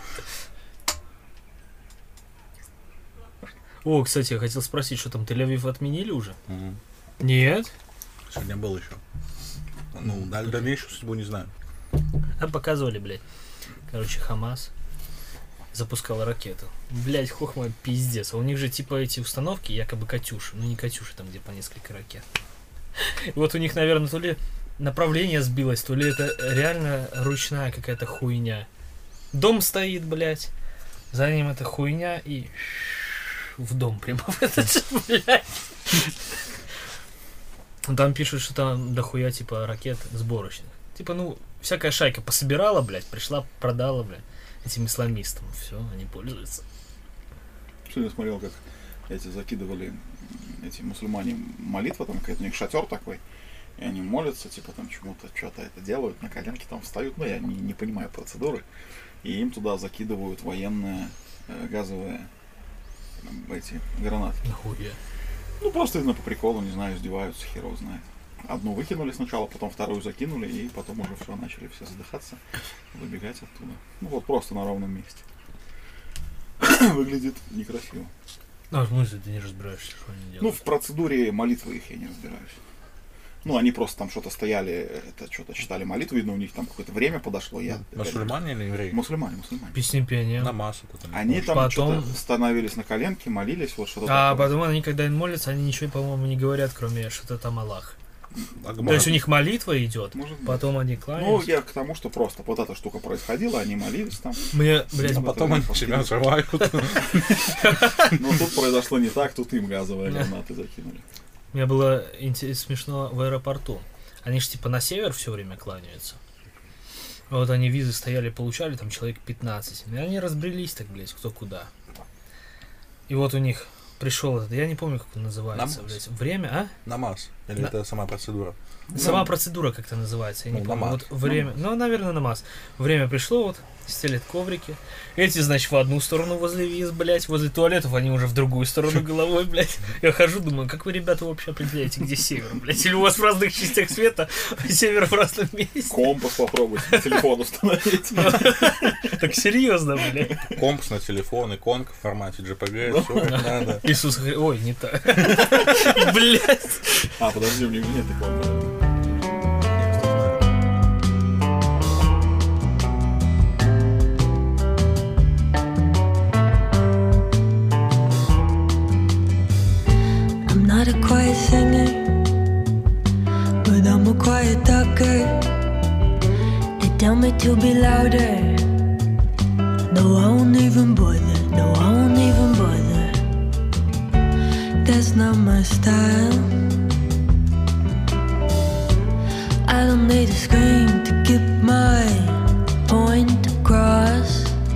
О, кстати, я хотел спросить, что там, Тель-Авив отменили уже? Мгм. Нет? Сегодня был еще. Ну, дальнейшую судьбу не знаю. А показывали, блядь. Короче, Хамас запускал ракету. Блядь, хохма, пиздец. А у них же типа эти установки, якобы Катюши. Ну не Катюши, там где по несколько ракет. И вот у них, наверное, то ли направление сбилось, то ли это реально ручная какая-то хуйня. Дом стоит, блядь. За ним эта хуйня и в дом прямо в этот же, блядь. Там пишут, что там дохуя типа ракет сборочных. Типа, ну, всякая шайка пособирала, блядь, пришла, продала, блядь, этим исламистам. Все, они пользуются. Сегодня смотрел, как эти закидывали, эти мусульмане, молитва, там какой-то у них шатер такой, и они молятся, типа там чему-то, что-то это делают, на коленки там встают, но я не понимаю процедуры, и им туда закидывают военные газовые эти гранаты. Нахуя. Ну просто, видно, по приколу, не знаю, издеваются, хер его знает. Одну выкинули сначала, потом вторую закинули, и потом уже все, начали все задыхаться, выбегать оттуда. Ну вот просто на ровном месте. Выглядит некрасиво. А, в смысле, ты не разбираешься, что они Ну, делают? в процедуре молитвы их я не разбираюсь. Ну, они просто там что-то стояли, это что-то читали молитву, видно, у них там какое-то время подошло. Мусульмане или евреи? Мусульмане. Песнепение. Намаз. это там Они может. там Потом- что-то становились на коленки, молились, вот что-то А такое. потом они, когда молятся, они ничего, по-моему, не говорят, кроме что-то там Аллах. Акбар. То есть у них молитва идет, Может быть. потом они Ну, кланяются. я к тому, что просто вот эта штука происходила, они молились там. Мне, блядь, А потом они себя взрывают. Но тут произошло не так, тут им газовые гранаты закинули. мне было смешно в аэропорту. Они же типа на север все время кланяются. Вот они визы стояли, получали, там человек 15. И они разбрелись так, блядь, кто куда. И вот у них пришел этот, я не помню, как он называется, Намаз. блядь. Время, а? Намаз. Или На- это сама процедура? Сама процедура как-то называется, я не Ну, помню. намаз. Вот время, ну, наверное, намаз. Время пришло, вот, стелят коврики. Эти, значит, в одну сторону возле виз, блядь, возле туалетов, они уже в другую сторону головой, блядь. Я хожу, думаю, как вы, ребята, вообще определяете, где север, блядь? Или у вас в разных частях света, а север в разном месте? Компас попробуйте на телефон установить. Так серьезно, блядь. Компас на телефон, иконка в формате JPG, все как надо. Иисус, ой, не так. Блядь. А, подожди, у них нет такого. I'm not a quiet singer, but I'm a quiet talker. They tell me to be louder. No, I won't even bother. No, I won't even bother. That's not my style. I don't need a scream to get my point across.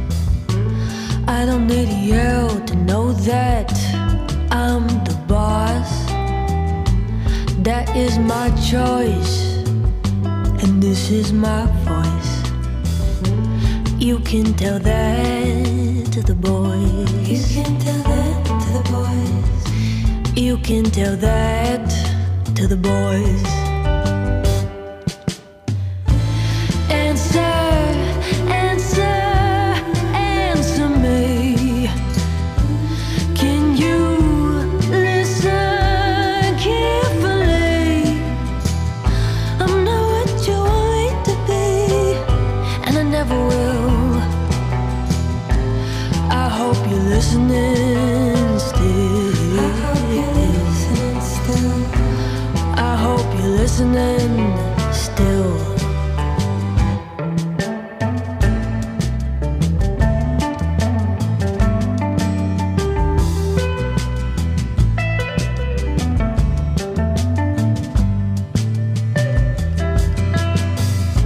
I don't need a yell to know that I'm the boss. That is my choice, and this is my voice. You can tell that to the boys. You can tell that to the boys. You can tell that to the boys. Answer, answer, answer me. Can you listen carefully? I'm not what you want to be, and I never will. I hope you're listening still. I hope you're listening still. I hope you're listening still.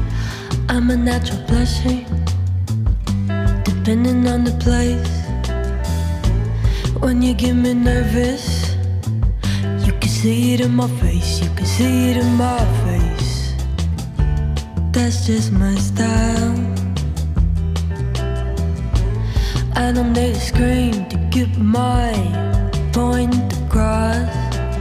I'm a natural blessing, depending on the place. when you get me nervous. You can see it in my face, you can see it in my face. That's just my style. I don't need a scream to get my point across.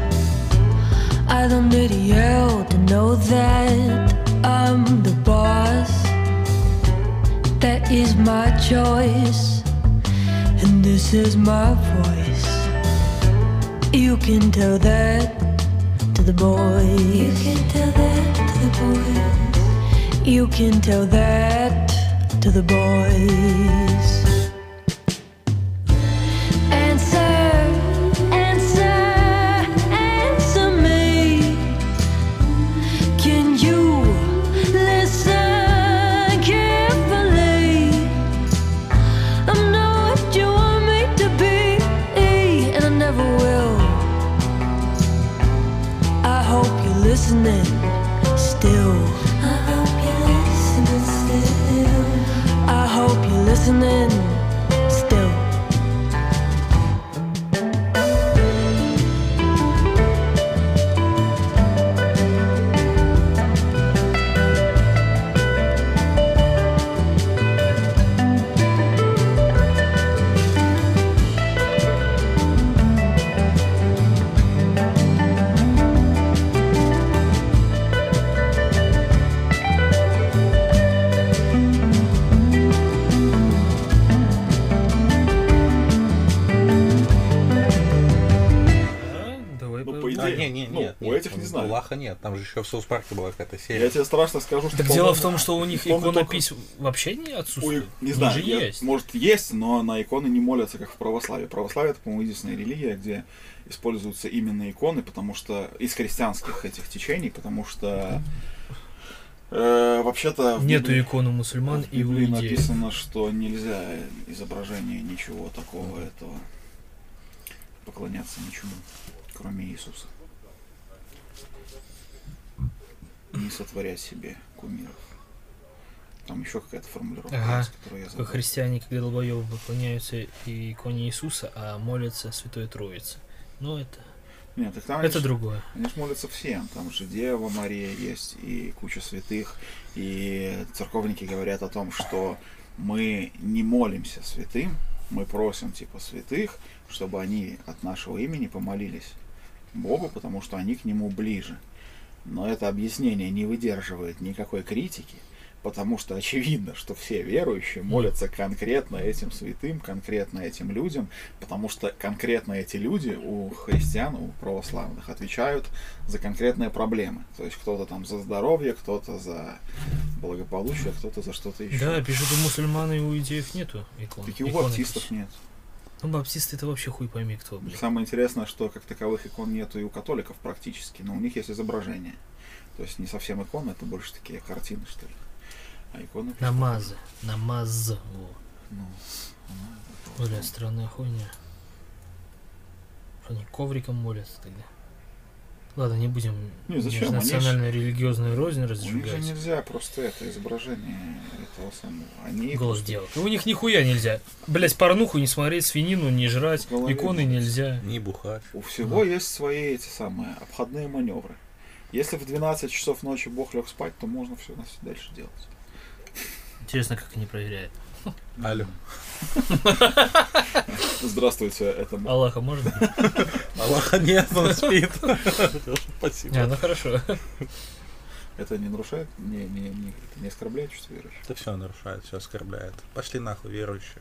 I don't need a yell to know that I'm the boss. That is my choice, and this is my voice. You can tell that to the boys. You can tell that to the boys. You can tell that to the boys. Listening still. I hope you're listening still. I hope you're listening still. У этих не знаю. У Лаха нет, там же еще в Соус Парке была какая-то серия. Я тебе страшно скажу, что... Так дело в том, что у них иконопись вообще не отсутствует. Не знаю, же есть. Может есть, но на иконы не молятся, как в православии. Православие — это, по-моему, единственная религия, где используются именно иконы, потому что из христианских этих течений, потому что вообще-то нету икон у мусульман в и у Библии иудеев. написано, что нельзя изображение ничего такого этого поклоняться ничему, кроме Иисуса. Не сотворять себе кумиров. Там еще какая-то формулировка, есть, которую я забыл. Христиане, как долбоёбы, поклоняются и иконе Иисуса, а молятся Святой Троице. Но это... Нет, так там это другое. Они же молятся всем. Там же Дева Мария есть, и куча святых. И церковники говорят о том, что мы не молимся святым, мы просим типа святых, чтобы они от нашего имени помолились Богу, потому что они к Нему ближе. Но это объяснение не выдерживает никакой критики, потому что очевидно, что все верующие молятся конкретно этим святым, конкретно этим людям, потому что конкретно эти люди у христиан, у православных отвечают за конкретные проблемы. То есть кто-то там за здоровье, кто-то за благополучие, кто-то за что-то еще. Да, пишут, у мусульман и у иудеев нету икон. Так и у баптистов нет. Ну, баптисты — это вообще хуй пойми кто, блин. Самое интересное, что как таковых икон нету и у католиков практически, но у них есть изображения. То есть не совсем иконы, это больше такие картины, что ли. А иконы... Намазы. Намаз. Во. Ну, Бля, странная хуйня. Что они ковриком молятся тогда? Ладно, не будем зачем? национальную религиозную рознь у них разжигать. же нельзя просто это изображение этого самого. Они Голос делать. У них нихуя нельзя. Блять, порнуху не смотреть, свинину не жрать, иконы нельзя. Не бухать. У всего есть свои эти самые обходные маневры. Если в 12 часов ночи Бог лег спать, то можно все дальше делать. Интересно, как они проверяют. Алло. Здравствуйте, это Бог. Аллаха можно? Аллаха нет, он спит. Спасибо. Ну хорошо. Это не нарушает, не оскорбляет чувство верующих? Это все нарушает, все оскорбляет. Пошли нахуй, верующие.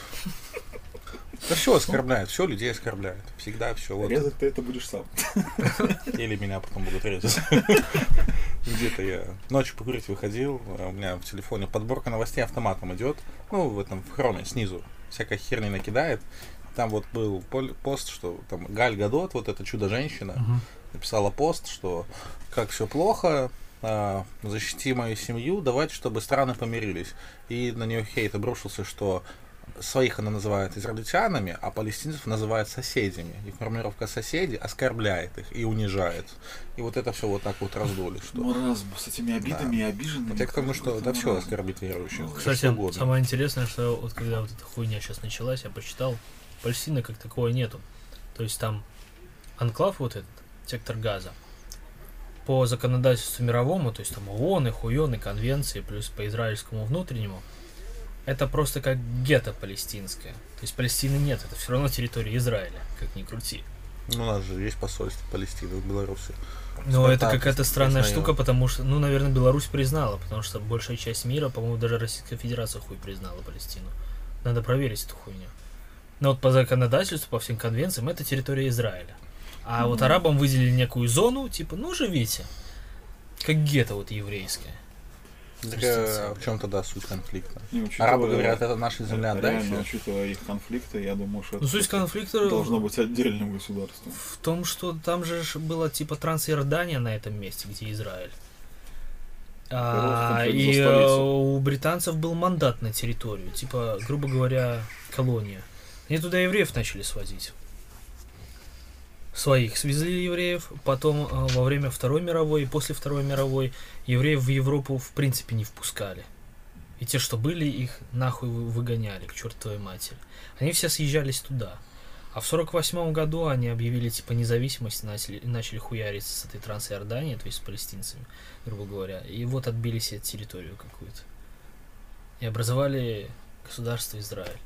Да все оскорбляет, все людей оскорбляет. Всегда все. Вот. Резать ты это будешь сам. Или меня потом будут резать. Где-то я ночью покурить выходил, у меня в телефоне подборка новостей автоматом идет, ну, в этом в хроме снизу, всякая херня накидает. Там вот был пост, что там Галь Гадот, вот эта чудо-женщина, написала пост, что как все плохо, защити мою семью, давайте, чтобы страны помирились. И на нее хейт обрушился, что своих она называет израильтянами, а палестинцев называет соседями. И формулировка «соседи» оскорбляет их и унижает. И вот это все вот так вот раздули. Что... Маразм с этими обидами и обиженными. Вот я к тому, что какой-то да все маразм. оскорбит верующих. Кстати, что угодно. самое интересное, что вот когда вот эта хуйня сейчас началась, я почитал, Палестины как такого нету. То есть там анклав вот этот, сектор Газа, по законодательству мировому, то есть там ООН, и хуён, и конвенции, плюс по израильскому внутреннему, это просто как гетто палестинское. То есть Палестины нет, это все равно территория Израиля, как ни крути. Ну, у нас же есть посольство Палестины в Беларуси. Но это Спартак какая-то странная признает. штука, потому что, ну, наверное, Беларусь признала, потому что большая часть мира, по-моему, даже Российская Федерация хуй признала Палестину. Надо проверить эту хуйню. Но вот по законодательству, по всем конвенциям, это территория Израиля. А вот арабам выделили некую зону, типа, ну, живите. Как гетто вот еврейское. Так, Простите. в чем тогда суть конфликта? Не, учитывая- Арабы говорят, это наша земля, реально, дальше. учитывая их конфликты, я думаю, что Ну, это суть конфликта должно быть отдельным государством. в том, что там же было типа Трансиордания на этом месте, где Израиль. конфликт И за столицу. у британцев был мандат на территорию, типа, грубо говоря, колония. Они туда евреев начали свозить. Своих свезли евреев, потом во время Второй мировой и после Второй мировой евреев в Европу в принципе не впускали. И те, что были, их нахуй выгоняли, к чертовой матери. Они все съезжались туда. А в 48 году они объявили типа независимость, начали хуяриться с этой Трансиорданией, то есть с палестинцами, грубо говоря. И вот отбили себе территорию какую-то. И образовали государство Израиль.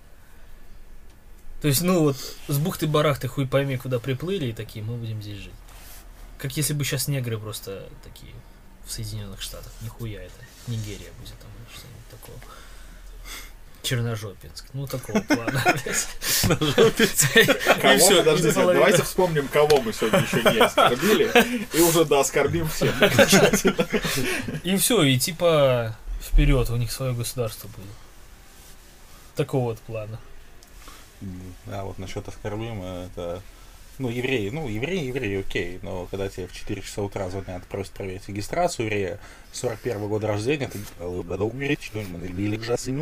То есть, ну вот, с бухты-барахты хуй пойми, куда приплыли, и такие, мы будем здесь жить. Как если бы сейчас негры просто такие в Соединенных Штатах. Нихуя это. Нигерия будет там или что-нибудь такого. Черножопинск. Ну, такого плана. Кого? Подождите, давайте вспомним, кого мы сегодня еще не оскорбили, и уже да, оскорбим всех. И все, и типа вперед, у них свое государство будет. Такого вот плана. А вот насчет оскорбления, это... Ну, евреи, окей, но когда тебе в 4 часа утра звонят, просят проверить регистрацию еврея, 41 года рождения, ты говоришь, что мы любили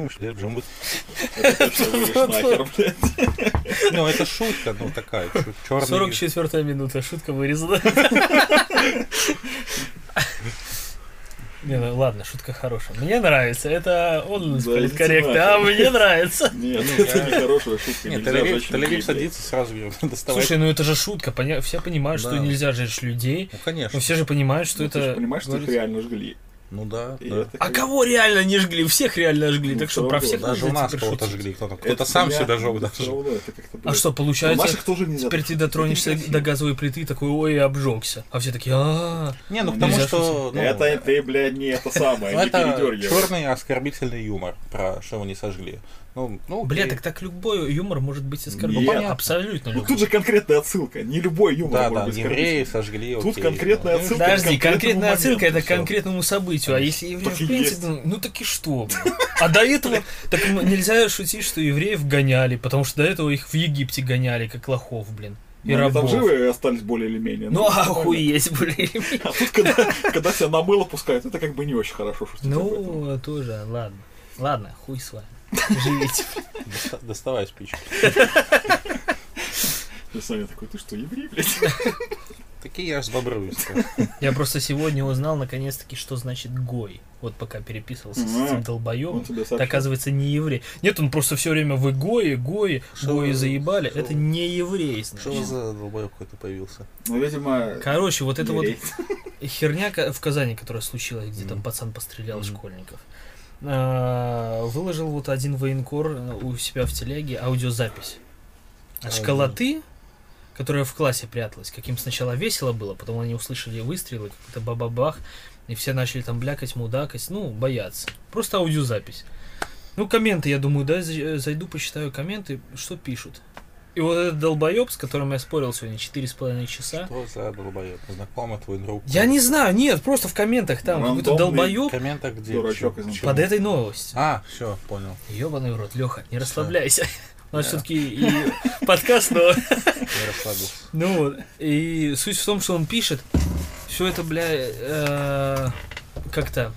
Нахер, блядь. Ну, это шутка, ну, такая, черная... 44-я минута, шутка вырезана. Не, ну ладно, шутка хорошая. Мне нравится, это он Да, политкорректно, идите а нахер. мне нравится. Нет, это не хорошая шутка. Нет, нельзя жечь Тель-Авив людей, садится, сразу доставать. Слушай, ну это же шутка, все понимают, что Да. нельзя жечь людей, Ну, конечно. но все же понимают, что блядь. Ну, ты это... же понимаешь, что их говорится- реально жгли. Ну да, И да. это А как- кого реально не жгли? Всех реально жгли, Ну, так что всё про равно, всех Даже у нельзя нас теперь кого-то шутить. жгли, кто-то Это сам понятно, себя жег но даже. всё равно это как-то, А блядь. что, У получается, наших тоже нельзя. теперь ты дотронешься Это до газовой плиты, такой, ой, обжегся. А все такие, Не, ну Ну, потому нельзя что... ну, Это ты, блядь, не это самое, ну, не это передергивай. черный оскорбительный юмор, про что его не сожгли. Ну, Бля, окей. так любой юмор может быть оскорблен. Нет. Абсолютно Ну любой. тут же конкретная отсылка. Не любой юмор Да, может да, быть евреи оскорбительным. сожгли, Тут окей. конкретная Ну, отсылка. Подожди, к конкретному конкретная отсылка это моменту, к всё. конкретному событию, а если евреи Так в и принципе, есть. ну так и что? Блин? А до этого, так нельзя шутить, что евреев гоняли, потому что до этого их в Египте гоняли, как лохов, блин, и Ну, они там рабов. живы остались более или менее. Ну нормально. охуеть, блин. А тут, когда тебя на мыло пускают, это как бы не очень хорошо шутить об этом. Ну, тоже, ладно. Ладно, хуй с вами. Живите. Доставай спичку. Я Саня такой, ты что, еврей, блядь? Такие я сбобруюсь. Я просто сегодня узнал, наконец-таки, что значит гой. Вот пока переписывался с этим Он долбоебом. тебе Это, сообщил. оказывается, не еврей. Нет, он просто все время вы гои, Шо гои вы- заебали. шо Это вы- не еврей, Что значит. за долбоёб какой-то появился? Ну, видимо, Короче, вот это вот еврей. херня в Казани, которая случилась, где там Мгм. пацан пострелял Мгм. школьников. Выложил вот один военкор у себя в телеге аудиозапись от школоты, которая в классе пряталась. Каким сначала весело было, потом они услышали выстрелы, какой-то бабабах, и все начали там блякать, мудакать, ну, бояться. Просто аудиозапись. Ну, комменты, я думаю, да, зайду, почитаю комменты, что пишут. И вот этот долбоеб, с которым я спорил сегодня 4,5 часа, Что за долбоёб? Знакомый твой друг? я не знаю, нет, просто в комментах там какой-то Рандомный В долбоеб комментах где? Дурачок Чё? из Чего? под этой новостью. А, все, понял. Ёбаный в рот, Леха, не расслабляйся. У нас Да. все-таки и подкаст, но... Я расслабился. Ну вот, и суть в том, что он пишет, все это, бля, как-то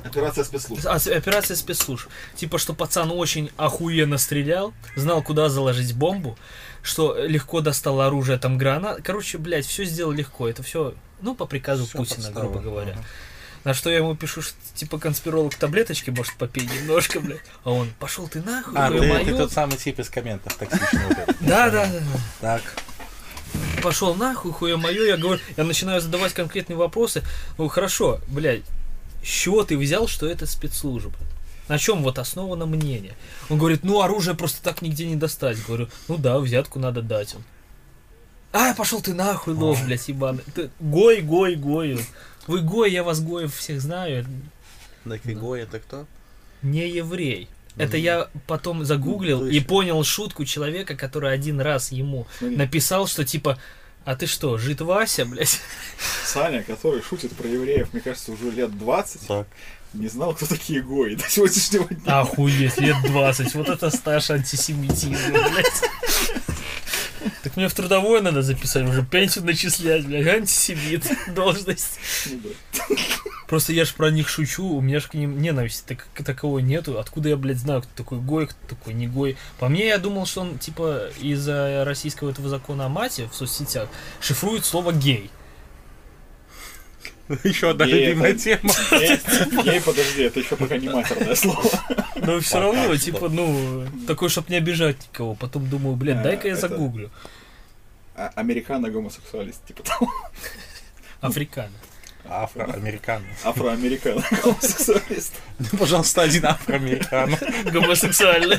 Операция спецслужб. Операция спецслужб. Типа, что пацан очень охуенно стрелял, знал, куда заложить бомбу, что легко достал оружие, там гранат. Короче, блядь, все сделал легко. Это все, ну, по приказу Всё Путина, подстава. грубо говоря. На что я ему пишу, что, типа, конспиролог таблеточки, может, попей немножко, блядь. А он, пошел ты нахуй, А, ты ё-моё. тот самый тип из комментов токсичный. вот этот. Да. Так. Пошел нахуй, хуя мое, я говорю, я начинаю задавать конкретные вопросы. Ну, хорошо, блядь, с чего ты взял, что это спецслужба? На чем вот основано мнение? Он говорит, ну, оружие просто так нигде не достать. Говорю, ну да, взятку надо дать. Он, пошел ты нахуй, лох, блядь, ебаный. Ты гой. Вы гой, я вас гоев всех знаю. Накигой это кто? Не еврей. Это я потом загуглил и понял шутку человека, который один раз ему Смотри. написал, что типа, а ты что, жид Вася, блядь? Саня, который шутит про евреев, мне кажется, уже лет 20, Так. не знал, кто такие гои до сегодняшнего дня. Охуеть, лет 20, вот это стаж антисемитизма, блядь. Так мне в трудовое надо записать, уже пенсию начислять, блядь, антисемит, должность. Ну да. Просто я ж про них шучу, у меня ж к ним ненависти таковой нету. Откуда я, блядь, знаю, кто такой гой, кто такой не гой. По мне, я думал, что он, типа, из-за российского этого закона о мате в соцсетях шифрует слово гей. Еще одна Гей любимая это- тема. Гей, подожди, это еще пока не матерное слово. Но все Пока равно, что. типа, ну, такой, чтоб не обижать никого. Потом думаю, блядь, дай-ка я Это- загуглю. Американо-гомосексуалист, типа того. Африкано. Афроамерикано. Афроамерикано-гомосексуалист. Ну, пожалуйста, один афроамерикано. Гомосексуально.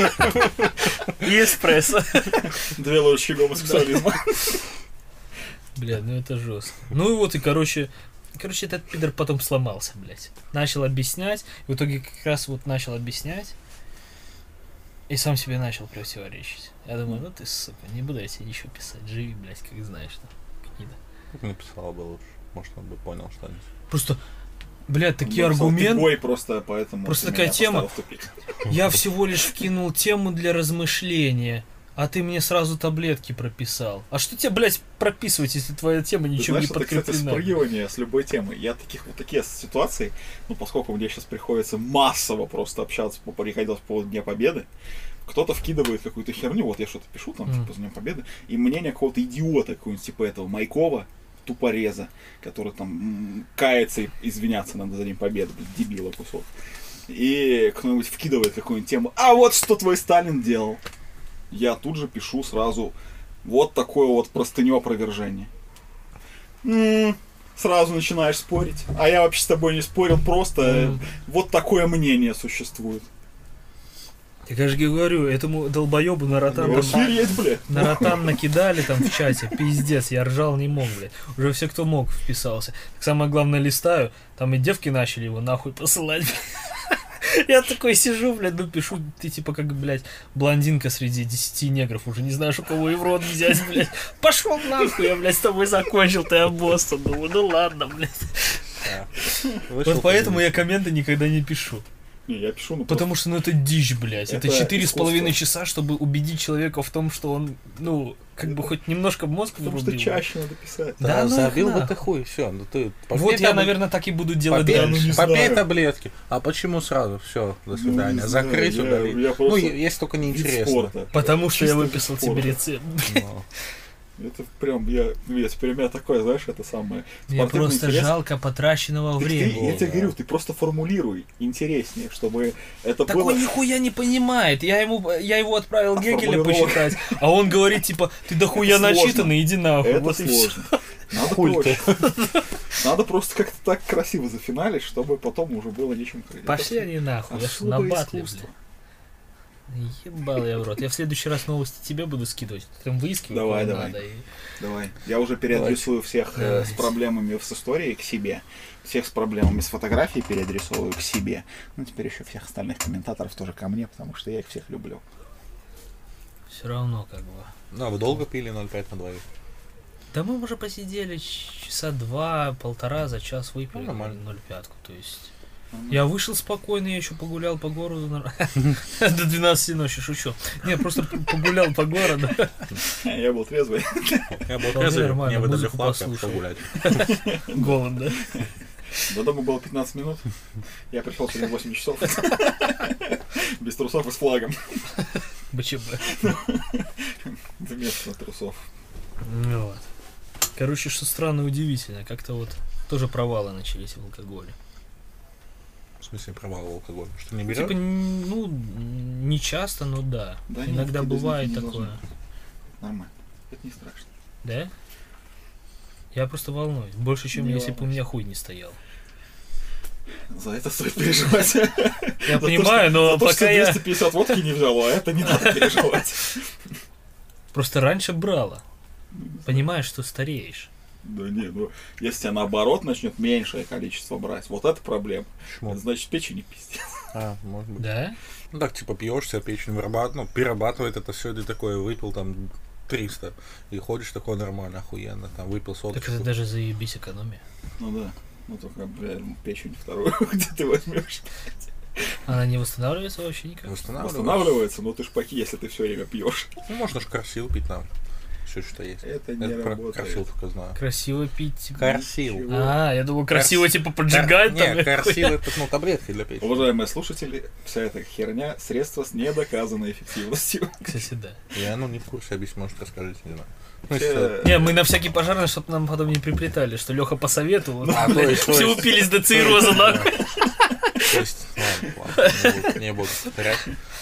И эспрессо. 2 ложечки гомосексуализма. Блядь, ну это жестко. Ну и вот, и короче, этот пидор потом сломался, блядь. Начал объяснять. В итоге как раз вот начал объяснять. И сам себе начал противоречить. Я думаю, ну ты, сука, не буду я тебе ничего писать. Живи, блядь, как знаешь, там, гнида. Как написал бы лучше. Может, он бы понял что-нибудь. Просто, блядь, такие Он написал, «Ты аргументы. гой», просто поэтому Просто ты такая меня тема. поставил в тупик. Я всего лишь вкинул тему для размышления. А ты мне сразу таблетки прописал. А что тебе, блядь, прописывать, если твоя тема Ты ничем знаешь, не это, кстати, подкреплена? спрыгивание с любой темы. Я такие ситуации, ну, поскольку мне сейчас приходится массово просто общаться, приходилось по Дня Победы, кто-то вкидывает какую-то херню, вот я что-то пишу там, типа, с Днем Победы, и мнение какого-то идиота, какого-нибудь, типа этого Майкова, тупореза, который там кается и извиняться надо за День Победы, блядь, дебила кусок. И кто-нибудь вкидывает какую-нибудь тему, а вот что твой Сталин делал. Я тут же пишу сразу вот такое вот простыню опровержения. Сразу начинаешь спорить. А я вообще с тобой не спорил, просто вот такое мнение существует. Так я же говорю, этому долбоебу на ротан, Ну, там, охереть, блядь. на ротан накидали там в чате, пиздец, я ржал не мог, блядь. Уже все, кто мог, вписался. Так самое главное, листаю, там и девки начали его нахуй посылать, блядь. Я такой сижу, блядь, ну пишу, ты типа как, блядь, блондинка среди 10 негров, уже не знаешь, у кого и в рот взять, блядь. Пошел нахуй, я, блядь, с тобой закончил, ты обоссу. Думаю, ну ладно, блядь. Вот поэтому я комменты никогда не пишу. Не, я пишу, ну Потому что, ну, это дичь, блядь. Это Это 4,5 искусство. часа, чтобы убедить человека в том, что он, ну, как бы хоть немножко мозг потому что врубил. чаще надо писать. Да, Да, ну их забил бы нахуй. ты хуй, все. Ну ты попей Вот я, таб- наверное, так и буду делать попей, дальше. не попей знаю. таблетки. А почему сразу? Все, до свидания. Ну, не знаю, Закрыть, я удалить. просто Ну, если только Вид неинтересно. спорта. Потому что я Чисто выписал вид тебе спорта. рецепт. Ну. Это прям, теперь у меня такое, знаешь, это самое. Мне спортивный просто интерес. жалко потраченного Так времени. я тебе говорю, ты просто формулируй интереснее, чтобы это Так было... он нихуя не понимает. Я его отправил А Гегеля формулировка? почитать, а он говорит, типа, ты дохуя Это сложно. начитанный, иди нахуй. Это Вот и все. сложно. Надо Хуй проще. Надо просто как-то так красиво зафиналить, чтобы потом уже было нечем крыть. Пошли Это они нахуй, я ж на особое батле, искусство. блядь. Ебал я в рот. Я в следующий раз новости тебе буду скидывать. Ты там выискивай, Давай, кого давай. надо, и- Давай. Я уже переадресую всех Давай. с проблемами с историей к себе. Всех с проблемами с фотографией переадресовываю к себе. Ну, теперь еще всех остальных комментаторов тоже ко мне, потому что я их всех люблю. Все равно как бы. Ну, а вы долго пили 0,5 на двоих? Да мы уже посидели часа 2-1,5, за час выпили Ну, нормально. 0,5. То есть я вышел спокойно, я еще погулял по городу до 12 ночи, шучу. Нет, просто погулял по городу. Я был трезвый. Я был Вполне трезвый, нормально, мне выдали музыку флаг, я послушал. пошел гулять. Голод, да? До дома было 15 минут. Я пришел через 8 часов. Без трусов и с флагом. БЧБ. Вместо трусов. Ну вот. Короче, что странно и удивительно. Как-то вот тоже провалы начались в алкоголе. В смысле провал алкоголя? Что не берет? Типа, ну, не часто, но да. Да нет, Иногда ты без бывает них не такое. должен. Нормально. Это не страшно. Да? Я просто волнуюсь. Больше, чем Не если бы у волнуйся. меня хуй не стоял. За это стоит переживать. Я понимаю, но за то, что пока я 250 водки не взял, а это не надо переживать. просто раньше брала. Понимаешь, что стареешь. Да не, ну, если тебя наоборот начнет меньшее количество брать, вот это проблема. Почему? Это значит, печень пиздец. Может быть. Да? Ну так, типа, пьешь, себя печень перерабатывает это все, ты такое выпил там 300, и ходишь такое нормально, охуенно, там выпил Так соточку. это даже заебись экономия. Ну да. Ну только, блядь, печень вторую, где ты возьмешь. Она не восстанавливается вообще никак. Восстанавливается, но ты ж паки, если ты все время пьешь. Ну, можно же корсил пить там. Все, что есть. Это не Это про работает. корсил только знаю. Красиво пить. Корсил. А, я думал, красиво типа поджигать там. Не, корсил это, таблетки для печени. Уважаемые слушатели, вся эта херня — средство с недоказанной эффективностью. Кстати, да. Я, не в курсе, объяснить, может, расскажите, не знаю. Ну, Вообще, если- Не, мы на всякий пожарный, чтобы нам потом не приплетали, что Леха посоветовал. то есть- Все упились до цирроза, нахуй. То есть, ладно, не буду повторять.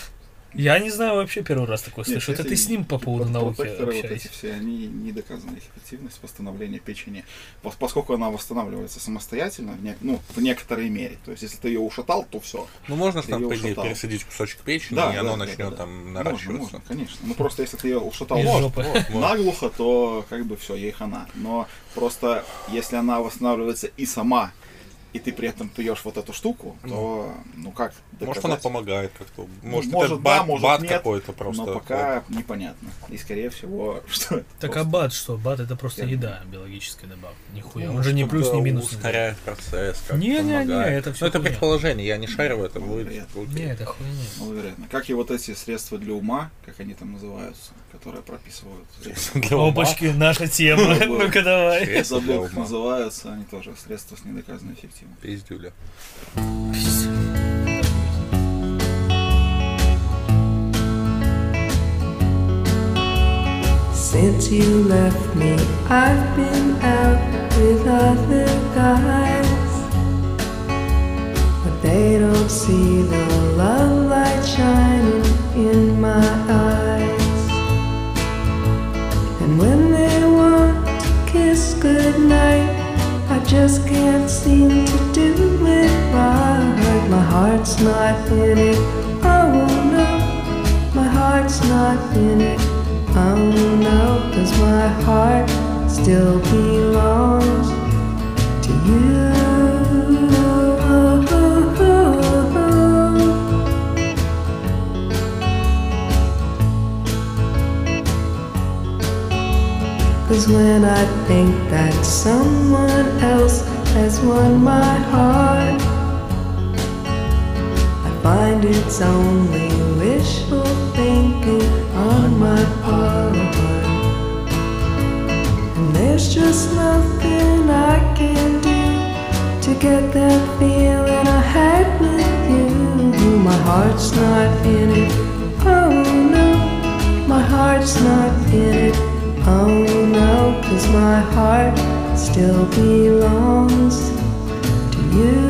Я не знаю, вообще первый раз такое нет, слышу. Это если ты с ним по поводу науки протекторы вот эти общаешься. все, они не доказаны эффективность восстановления печени, поскольку она восстанавливается самостоятельно, в некоторой мере. То есть, если ты ее ушатал, то все. Ну, можно же Ты там, её по идее, ушатал. пересадить кусочек печени, Да, и да, оно да, начнет да. там наращиваться. Можно, конечно. Ну просто если ты ее ушатал Из жопы. наглухо, то как бы все, ей хана. Но просто если она восстанавливается и сама, и ты при этом пьешь вот эту штуку, то как доказать? Может, она помогает как-то. Может, может, это да, бат, может, бат нет, какой-то просто. Но пока непонятно. И скорее всего, что это Так а просто- бат что? Бат это просто Я- еда биологическая добавка. Нихуя. Ну, Он же ни чтобы плюс, ни минус. не ускоряет процесс, как Не-не-не, помогает. это всё Ну, это хуйня. предположение, я не шарю в этом. Ну, Вы- вероятно. окей. дает. Не, это хуйня. Маловероятно. Как и вот эти средства для ума, как они там называются, которые прописывают. Для ума. Опачки, наша тема. Ну-ка давай. Я Средства для забыл, как ума. называются, они тоже средства с недоказанной эффективностью. Пиздюля. Since you left me, I've been out with other guys, but they don't see the love light shining in my eyes. And when they want to kiss goodnight, I just can't seem to do it right. My heart's not in it, oh no, my heart's not in it. Oh no, 'cause my heart still belongs to you. 'Cause when I think that someone else has won my heart, I find it's only wishful thinking on my part. And there's just nothing I can do to get that feeling I had with you. My heart's not in it, oh no, my heart's not in it, oh no, 'cause my heart still belongs to you.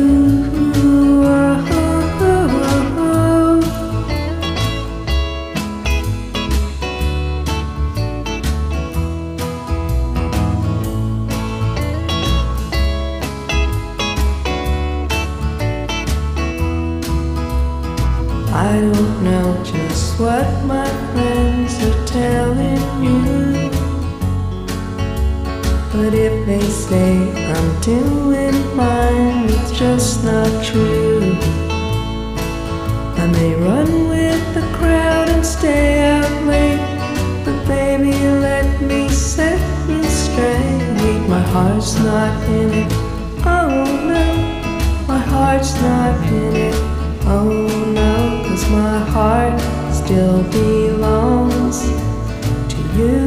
I don't know just what my friends are telling you, but if they say I'm doing fine, it's just not true. I may run with the crowd and stay out late, but baby, let me set you straight. My heart's not in it, oh no, my heart's not in it, oh no, 'cause my heart still belongs to you.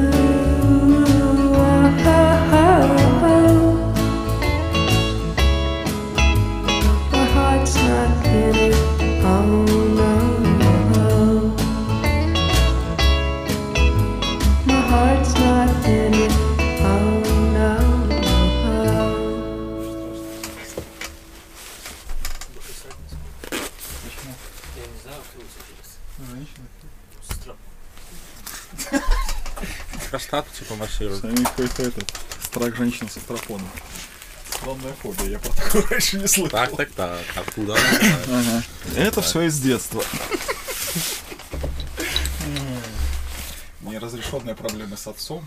простату типа массируют. Сами какой-то этот страх женщин с астрофоном. Странная фобия, я про такое раньше не слышал. Так, откуда она знает? Ага. Это все из детства. Неразрешенные проблемы с отцом.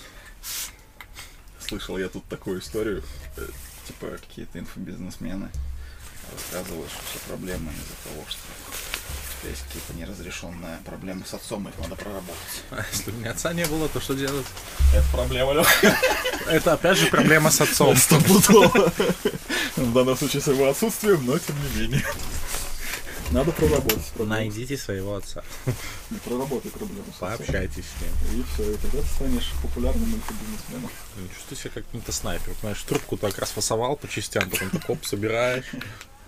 Слышал я тут такую историю. Типа какие-то инфобизнесмены рассказывают, что все проблемы из-за того, что есть какие-то неразрешенные проблемы с отцом, их надо проработать. А если у меня отца не было, то что делать? Это проблема, Лёха. Это опять же проблема с отцом. Стопудово. В данном случае с его отсутствием, но тем не менее. Надо проработать проблему. Найдите своего отца. Не проработай проблему с отцом. Пообщайтесь с ним. И все, и тогда ты станешь популярным инфобизнесменом. Чувствую себя как каким-то снайпер. Знаешь, трубку так расфасовал по частям, потом так оп, собираешь.